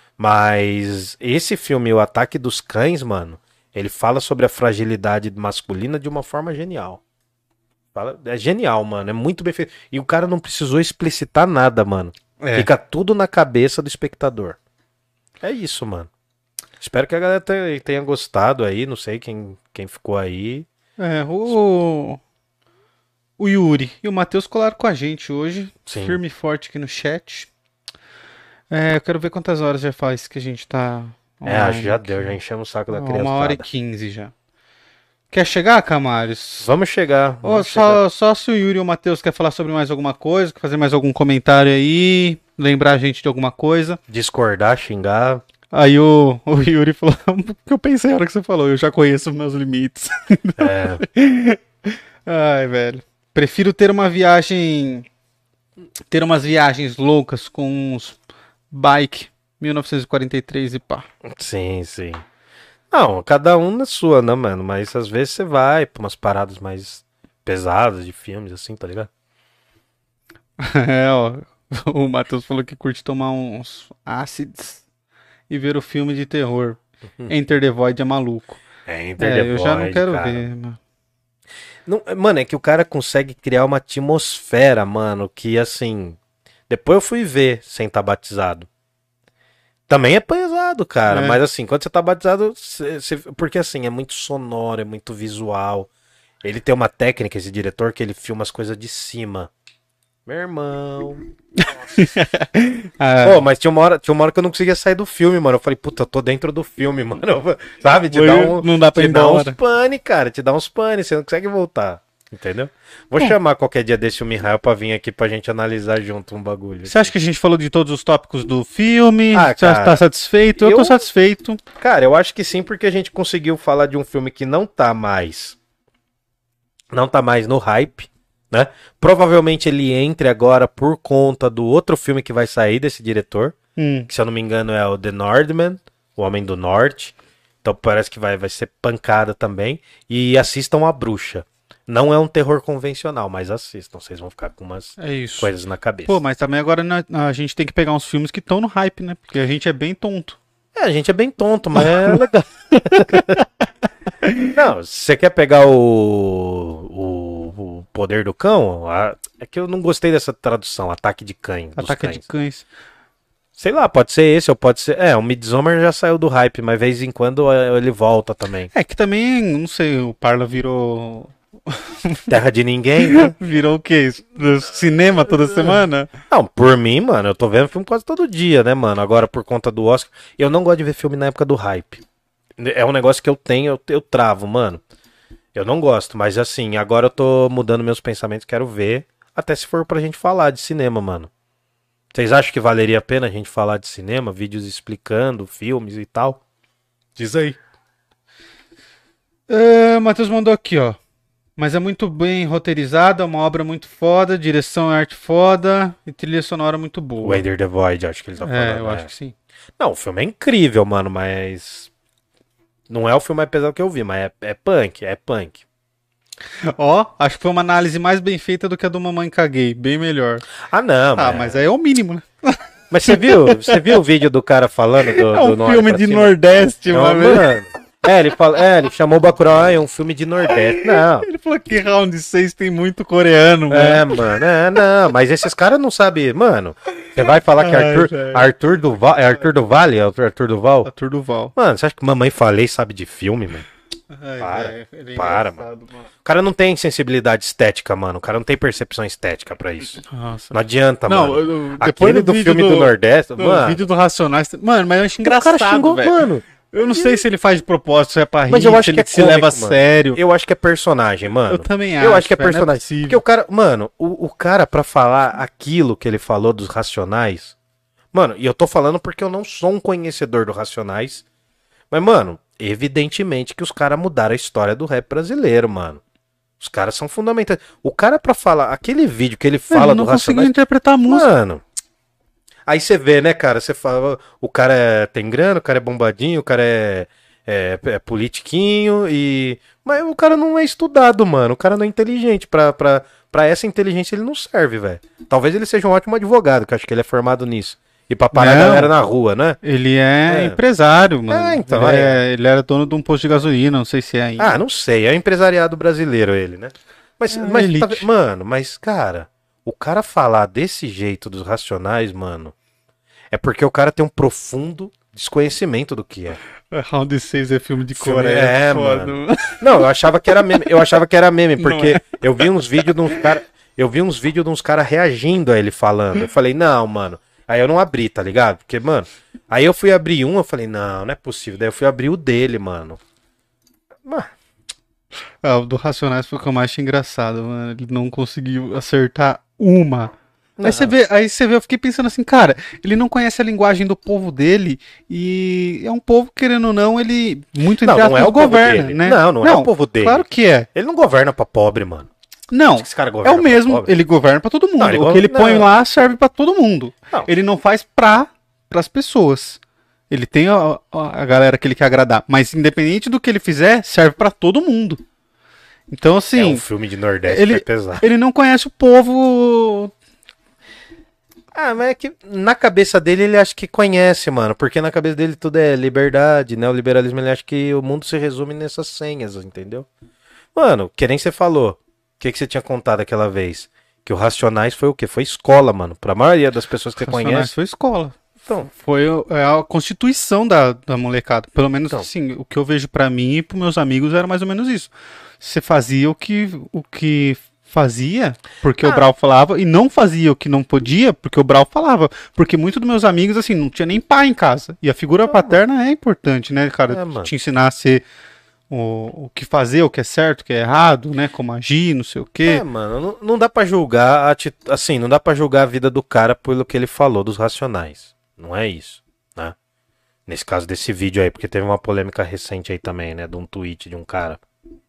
Mas esse filme, O Ataque dos Cães, mano, ele fala sobre a fragilidade masculina de uma forma genial. Fala- É genial, mano. É muito bem feito. E o cara não precisou explicitar nada, mano. É. Fica tudo na cabeça do espectador. É isso, mano. Espero que a galera te- tenha gostado aí. Não sei quem, quem ficou aí. É, o... O Yuri e o Matheus colaram com a gente hoje. Sim. Firme e forte aqui no chat. É, eu quero ver quantas horas já faz que a gente tá... É, acho que já online deu. aqui. Já enchemos o saco da Uma criançada. hora e quinze já. Quer chegar, Camares? Vamos chegar. Ô, Vamos só, só se o Yuri ou o Matheus quer falar sobre mais alguma coisa, quer fazer mais algum comentário aí, lembrar a gente de alguma coisa. discordar, xingar. Aí o, o Yuri falou o que eu pensei na hora que você falou, eu já conheço meus limites. É, Ai, velho. Prefiro ter uma viagem. Ter umas viagens loucas com uns bike mil novecentos e quarenta e três e pá. sim, sim. Não, cada um na sua, né, mano? Mas às vezes você vai pra umas paradas mais pesadas de filmes, assim, tá ligado? É, ó. O Matheus falou que curte tomar uns ácidos e ver o filme de terror. Enter the Void é maluco. É, Enter É, the eu já não Void, quero cara. ver, mano. Não, mano, é que o cara consegue criar uma atmosfera, mano, que assim. Depois eu fui ver sem estar batizado. Também é pesado, cara. É. Mas assim, quando você tá batizado. Cê, cê- porque assim, é muito sonoro, é muito visual. Ele tem uma técnica, esse diretor, que ele filma as coisas de cima. Meu irmão. Ah, Pô, mas tinha uma hora, tinha uma hora que eu não conseguia sair do filme, mano. Eu falei, puta, eu tô dentro do filme, mano. Sabe? Te Foi- dá um. não dá pra te ir dá uns embora. pane, cara. Te dá uns pane, você não consegue voltar. Entendeu? Vou chamar qualquer dia desse o Mihail pra vir aqui pra gente analisar junto um bagulho. Você acha que a gente falou de todos os tópicos do filme? Ah, Você cara, tá satisfeito? Eu tô eu- satisfeito. Cara, eu acho que sim, porque a gente conseguiu falar de um filme que não tá mais. Não tá mais no hype, né? Provavelmente ele entre agora por conta do outro filme que vai sair desse diretor, Hum. que se eu não me engano é o The Northman, O Homem do Norte. Então parece que vai, vai ser pancada também. E assistam A Bruxa. Não é um terror convencional, mas assistam. Vocês vão ficar com umas É isso. coisas na cabeça. Pô, mas também agora na- a gente tem que pegar uns filmes que estão no hype, né? Porque a gente é bem tonto. É, a gente é bem tonto, mas é legal. Não, se você quer pegar o, o, o Poder do Cão, a- é que eu não gostei dessa tradução, Ataque de Cães. dos Ataque cães. de Cães. Sei lá, pode ser esse ou pode ser... É, o Midsommar já saiu do hype, mas de vez em quando é, ele volta também. É que também, não sei, o Parla virou. Terra de Ninguém, né? Virou o quê? Do cinema toda semana? Não, por mim, mano, eu tô vendo filme quase todo dia, né, mano? Agora, por conta do Oscar, eu não gosto de ver filme na época do hype. É um negócio que eu tenho, eu, eu travo, mano. Eu não gosto, mas assim, agora eu tô mudando meus pensamentos, quero ver, até se for pra gente falar de cinema, mano. Vocês acham que valeria a pena a gente falar de cinema, vídeos explicando filmes e tal? Diz aí. É, o Matheus mandou aqui, ó. Mas é muito bem roteirizada, uma obra muito foda, direção e arte foda e trilha sonora muito boa. O Enter the Void, acho que ele tá falando. É, eu né? acho que sim. Não, o filme é incrível, mano, mas... Não é o filme mais pesado que eu vi, mas é, é punk, é punk. Ó, acho que foi uma análise mais bem feita do que a do Mamãe Caguei, bem melhor. Ah, não, Ah, mas aí é o mínimo, né? Mas você viu, você viu o vídeo do cara falando do, É um do Norte filme pra de cima? Nordeste, Não, mano. mano. É, ele fala, é, ele chamou o Bacurau, ah, é um filme de Nordeste. Não. Ele falou que Round seis tem muito coreano, É, mano. mano, é, não, mas esses caras não sabem, mano. Você vai falar que Ai, Arthur, velho. Arthur Duval, é Arthur do Vale, é o Arthur Duval? Arthur Duval. Mano, você acha que Mamãe Falei sabe de filme, mano? Ai, Para, velho, ele é para, engraçado, O cara não tem sensibilidade estética, mano. O cara não tem percepção estética pra isso. Nossa. Não adianta, Não, mano. eu- depois Aquele do do vídeo filme do, do- Nordeste, No mano. vídeo do Racionais. Mano, mas eu acho O cara engraçado, xingou, velho. mano. Eu não sei se ele faz de propósito, se é pra rir, Mas eu acho se que ele é se cômico, leva a mano. sério. Eu acho que é personagem, mano. Eu também acho. Eu acho que é velho, não personagem. possível. Porque o cara, mano, o, o cara pra falar aquilo que ele falou dos Racionais, mano, e eu tô falando porque eu não sou um conhecedor dos Racionais, mas, mano, evidentemente que os caras mudaram a história do rap brasileiro, mano. Os caras são fundamentais. O cara pra falar, aquele vídeo que ele fala Ele do não conseguiu Racionais, interpretar a música. mano. Aí você vê, né, cara? Você fala, o cara é, tem grana, o cara é bombadinho, o cara é, é, é politiquinho e. Mas o cara não é estudado, mano. O cara não é inteligente. Pra, pra, pra essa inteligência ele não serve, velho. Talvez ele seja um ótimo advogado, que eu acho que ele é formado nisso. E pra parar Não. a galera na rua, né? Ele é, É. empresário, mano. É, então, ele, é. é- ele era dono de um posto de gasolina, não sei se é ainda. Ah, não sei. É empresariado brasileiro ele, né? Mas, É, mas tá- elite. mano, mas, cara, o cara falar desse jeito dos Racionais, mano, é porque o cara tem um profundo desconhecimento do que é. Round seis é filme de Filme- Coreia. é, foda, mano. Não, eu achava que era meme. Eu achava que era meme, Não porque é. eu vi uns vídeos de uns caras. Eu vi uns vídeos de uns caras reagindo a ele falando. Eu falei, não, mano. Aí eu não abri, tá ligado? Porque, mano. Aí eu fui abrir um, eu falei, não, não é possível. Daí eu fui abrir o dele, mano. Mano, Ah, o do Racionais foi o que eu mais achei engraçado, mano. Ele não conseguiu acertar uma. Não. Aí você vê, aí você vê, eu fiquei pensando assim, cara, ele não conhece a linguagem do povo dele e é um povo, querendo ou não, ele muito Não, entre não é aspas, o povo governa, dele. né? Não, não é o povo dele. Claro que é. ele não governa pra pobre, mano. Não, Acho que esse cara é governa o pra mesmo, pobre. ele governa pra todo mundo. Não, ele o go- que ele põe não. lá serve pra todo mundo. Não. Ele não faz pra as pessoas. Ele tem a, a galera que ele quer agradar, mas independente do que ele fizer, serve pra todo mundo. Então É assim, um filme de Nordeste, ele- foi pesado. ele não conhece o povo. Ah, mas é que na cabeça dele ele acha que conhece, mano. Porque na cabeça dele tudo é liberdade, né? O liberalismo ele acha que o mundo se resume nessas senhas, entendeu? Mano, que nem você falou. O que, que você tinha contado aquela vez? Que o Racionais foi o quê? Foi escola, mano. Pra maioria das pessoas que você Racionais conhece. foi escola. Então, Foi o- é a constituição da, da molecada. Pelo menos Então. assim, o que eu vejo pra mim e pros meus amigos era mais ou menos isso. Você fazia o que, o que fazia, porque Ah. o Brau falava, e não fazia o que não podia, porque o Brau falava. Porque muitos dos meus amigos, assim, não tinha nem pai em casa. E a figura paterna é importante, né, cara? É, mano. Te ensinar a ser o, o que fazer, o que é certo, o que é errado, né? Como agir, não sei o quê. é, mano, não, não dá pra julgar, a ati- assim, não dá pra julgar a vida do cara pelo que ele falou dos Racionais. Não é isso, né? Nesse caso desse vídeo aí, porque teve uma polêmica recente aí também, né? De um tweet de um cara.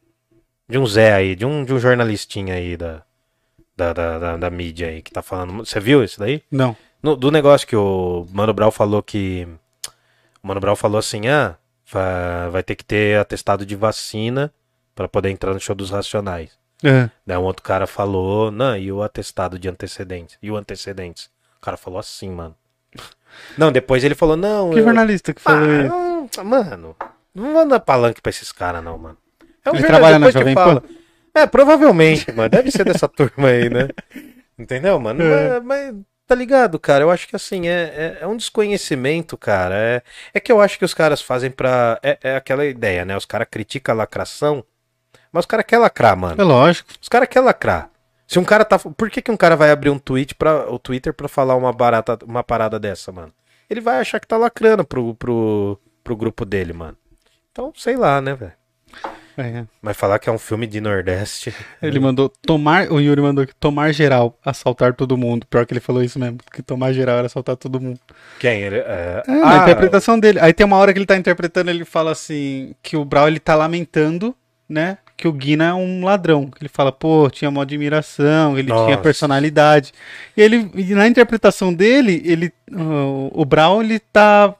De um Zé aí, de um, de um jornalistinha aí da, da, da, da, da mídia aí que tá falando. Você viu isso daí? Não. No- do negócio que o Mano Brown falou que. O Mano Brown falou assim: ah, va- vai ter que ter atestado de vacina pra poder entrar no show dos Racionais. É. Daí um outro cara falou: não, e o atestado de antecedentes? E o antecedentes? O cara falou assim, mano. Não, depois ele falou: não. Que eu- jornalista que Ah, falou isso? não, mano, não vou dar palanque pra esses caras, não, mano. É um Ele jornal- trabalha na depois que Jovem fala. É, provavelmente, mano. Deve ser dessa turma aí, né? Entendeu, mano? É. Mas, mas, tá ligado, cara? Eu acho que assim, é, é, é um desconhecimento, cara. É, é que eu acho que os caras fazem pra. É, é aquela ideia, né? Os caras criticam a lacração, mas os caras querem lacrar, mano. É lógico. Os caras querem lacrar. Se um cara tá. Por que, que um cara vai abrir um tweet pra, o Twitter pra falar uma, barata, uma parada dessa, mano? Ele vai achar que tá lacrando pro, pro, pro grupo dele, mano. Então, sei lá, né, velho? É. Mas falar que é um filme de Nordeste. Ele mandou tomar, o Yuri mandou que tomar geral, assaltar todo mundo. Pior que ele falou isso mesmo, que tomar geral era assaltar todo mundo. Quem? Ele, é... É, na Ah, interpretação dele. Aí tem uma hora que ele tá interpretando, ele fala assim, que o Brau ele tá lamentando, né, que o Guina é um ladrão. Ele fala, pô, tinha uma admiração, ele tinha Nossa. personalidade. E ele, e na interpretação dele, ele, o, o Brau ele tá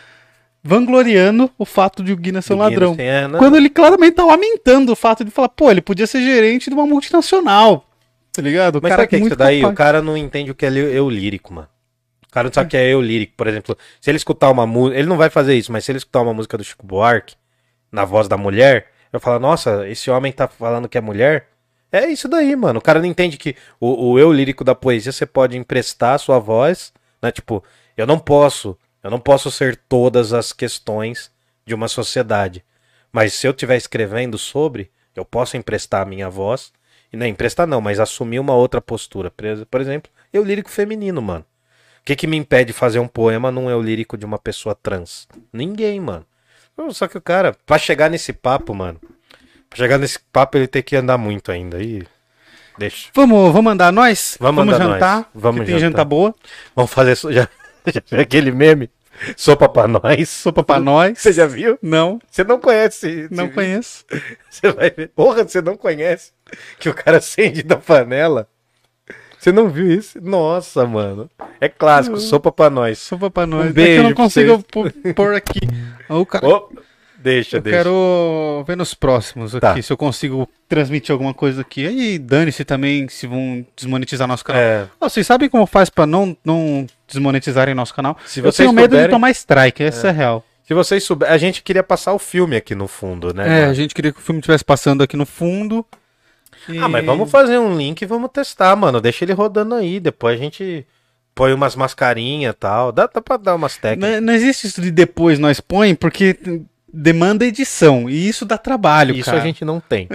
vangloriando o fato de o Guina ser um do Guinness, ladrão. tem, é, não. Quando ele claramente tá lamentando o fato de falar, pô, ele podia ser gerente de uma multinacional. Tá ligado? O Mas cara sabe o que é muito isso daí? capaz. O cara não entende o que é eu, eu lírico, mano. O cara não sabe o que é eu lírico. Por exemplo, se ele escutar uma música. Ele não vai fazer isso, mas se ele escutar uma música do Chico Buarque, na voz da mulher, eu falo, nossa, esse homem tá falando que é mulher? É isso daí, mano. O cara não entende que o, o eu lírico da poesia você pode emprestar a sua voz, né? Tipo, eu não posso. Eu não posso ser todas as questões de uma sociedade. Mas se eu estiver escrevendo sobre, eu posso emprestar a minha voz. E não emprestar não, mas assumir uma outra postura. Por por exemplo, eu lírico feminino, mano. O que que me impede de fazer um poema num eu lírico de uma pessoa trans? Ninguém, mano. Só que o cara, pra chegar nesse papo, mano, pra chegar nesse papo ele tem que andar muito ainda. Aí, deixa. Vamos, vamos andar nós? Vamos, vamos andar jantar. Nós. Vamos que jantar. Tem janta boa. Vamos fazer já, já aquele meme. Sopa pra nós. Sopa pra nós. Você já viu? Não. Você não conhece? Não esse conheço. Você vai ver. Porra, você não conhece? Que o cara acende da panela. Você não viu isso? Nossa, mano. É clássico, Uhum. sopa pra nós. Sopa pra nós. Um beijo é que eu não pra consigo pôr, pôr aqui. O cara... Oh, deixa, eu deixa. quero ver nos próximos aqui, Tá. se eu consigo transmitir alguma coisa aqui. Aí dane-se também se vão desmonetizar nosso canal. É. Oh, vocês sabem como faz pra não, não desmonetizarem nosso canal? Se eu vocês tenho medo souberem- de tomar strike, essa é, é real. Se vocês souberem, a gente queria passar o filme aqui no fundo, né? É, mano? a gente queria que o filme estivesse passando aqui no fundo. e- Ah, mas vamos fazer um link e vamos testar, mano. Deixa ele rodando aí. Depois a gente põe umas mascarinhas e tal. Dá, dá pra dar umas técnicas. Não, não existe isso de depois nós põe, porque demanda edição. E isso dá trabalho, Isso cara. a gente não tem.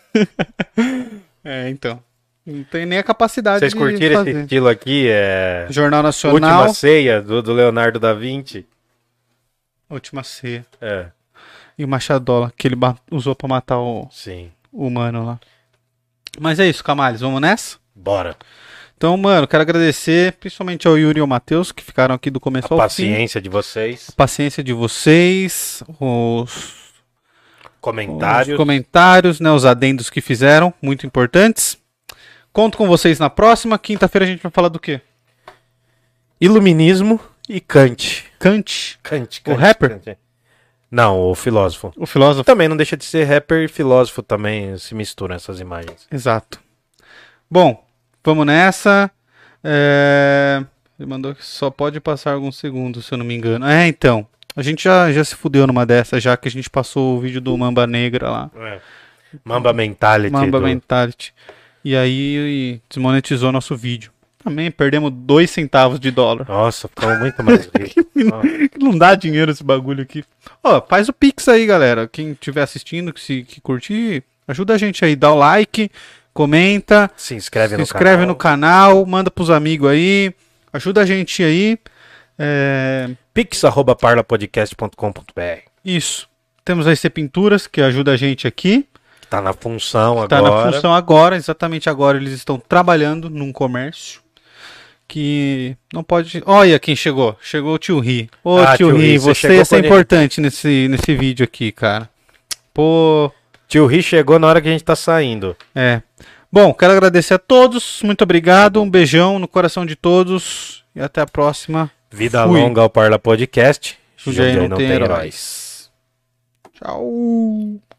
É, então. Não tem nem a capacidade Vocês de curtiram fazer. esse estilo aqui? É. Jornal Nacional. Última Ceia, do, do Leonardo da Vinci. Última Ceia. É, E o Machadola, que ele ba- usou pra matar o, sim. o humano lá. Mas é isso, Camales, vamos nessa? Bora. Então, mano, quero agradecer principalmente ao Yuri e ao Matheus, que ficaram aqui do começo A ao fim. paciência de vocês. A paciência de vocês, os, Comentários. os comentários, né, os adendos que fizeram, muito importantes. Conto com vocês na próxima. Quinta-feira a gente vai falar do quê? Iluminismo e Kant. Kant, Kant, O Kant, rapper? Kant. Não, o filósofo. o filósofo. Também não deixa de ser rapper e filósofo também, se misturam essas imagens. Exato. Bom, vamos nessa. É, Ele mandou que só pode passar alguns segundos, se eu não me engano. É, então. A gente já, já se fudeu numa dessas, já que a gente passou o vídeo do Mamba Negra lá. É. Mamba Mentality. Mamba do- Mentality. E aí desmonetizou nosso vídeo. Também perdemos dois centavos de dólar. Nossa, ficamos muito mais ricos. Não dá dinheiro esse bagulho aqui. Ó, faz o Pix aí, galera. Quem estiver assistindo, que, se, que curtir, ajuda a gente aí. Dá o like, comenta, Se inscreve se no inscreve canal. no canal, manda pros amigos aí. Ajuda a gente aí. É, pix arroba parlapodcast ponto com ponto b r. Isso. Temos a I C Pinturas, que ajuda a gente aqui. Tá na função Tá agora. na função agora, exatamente agora. Eles estão trabalhando num comércio que não pode. Olha quem chegou. Chegou o tio Ri. Ô Ah, tio tio Ri, Ri, você você chegou ia ser quando ele- importante nesse, nesse vídeo aqui, cara. Pô, Tio Ri chegou na hora que a gente tá saindo. é. Bom, quero agradecer a todos. Muito obrigado. Um beijão no coração de todos. E até a próxima. Vida Fui. longa ao Parla Podcast. Jundiaí não tem heróis. Tchau.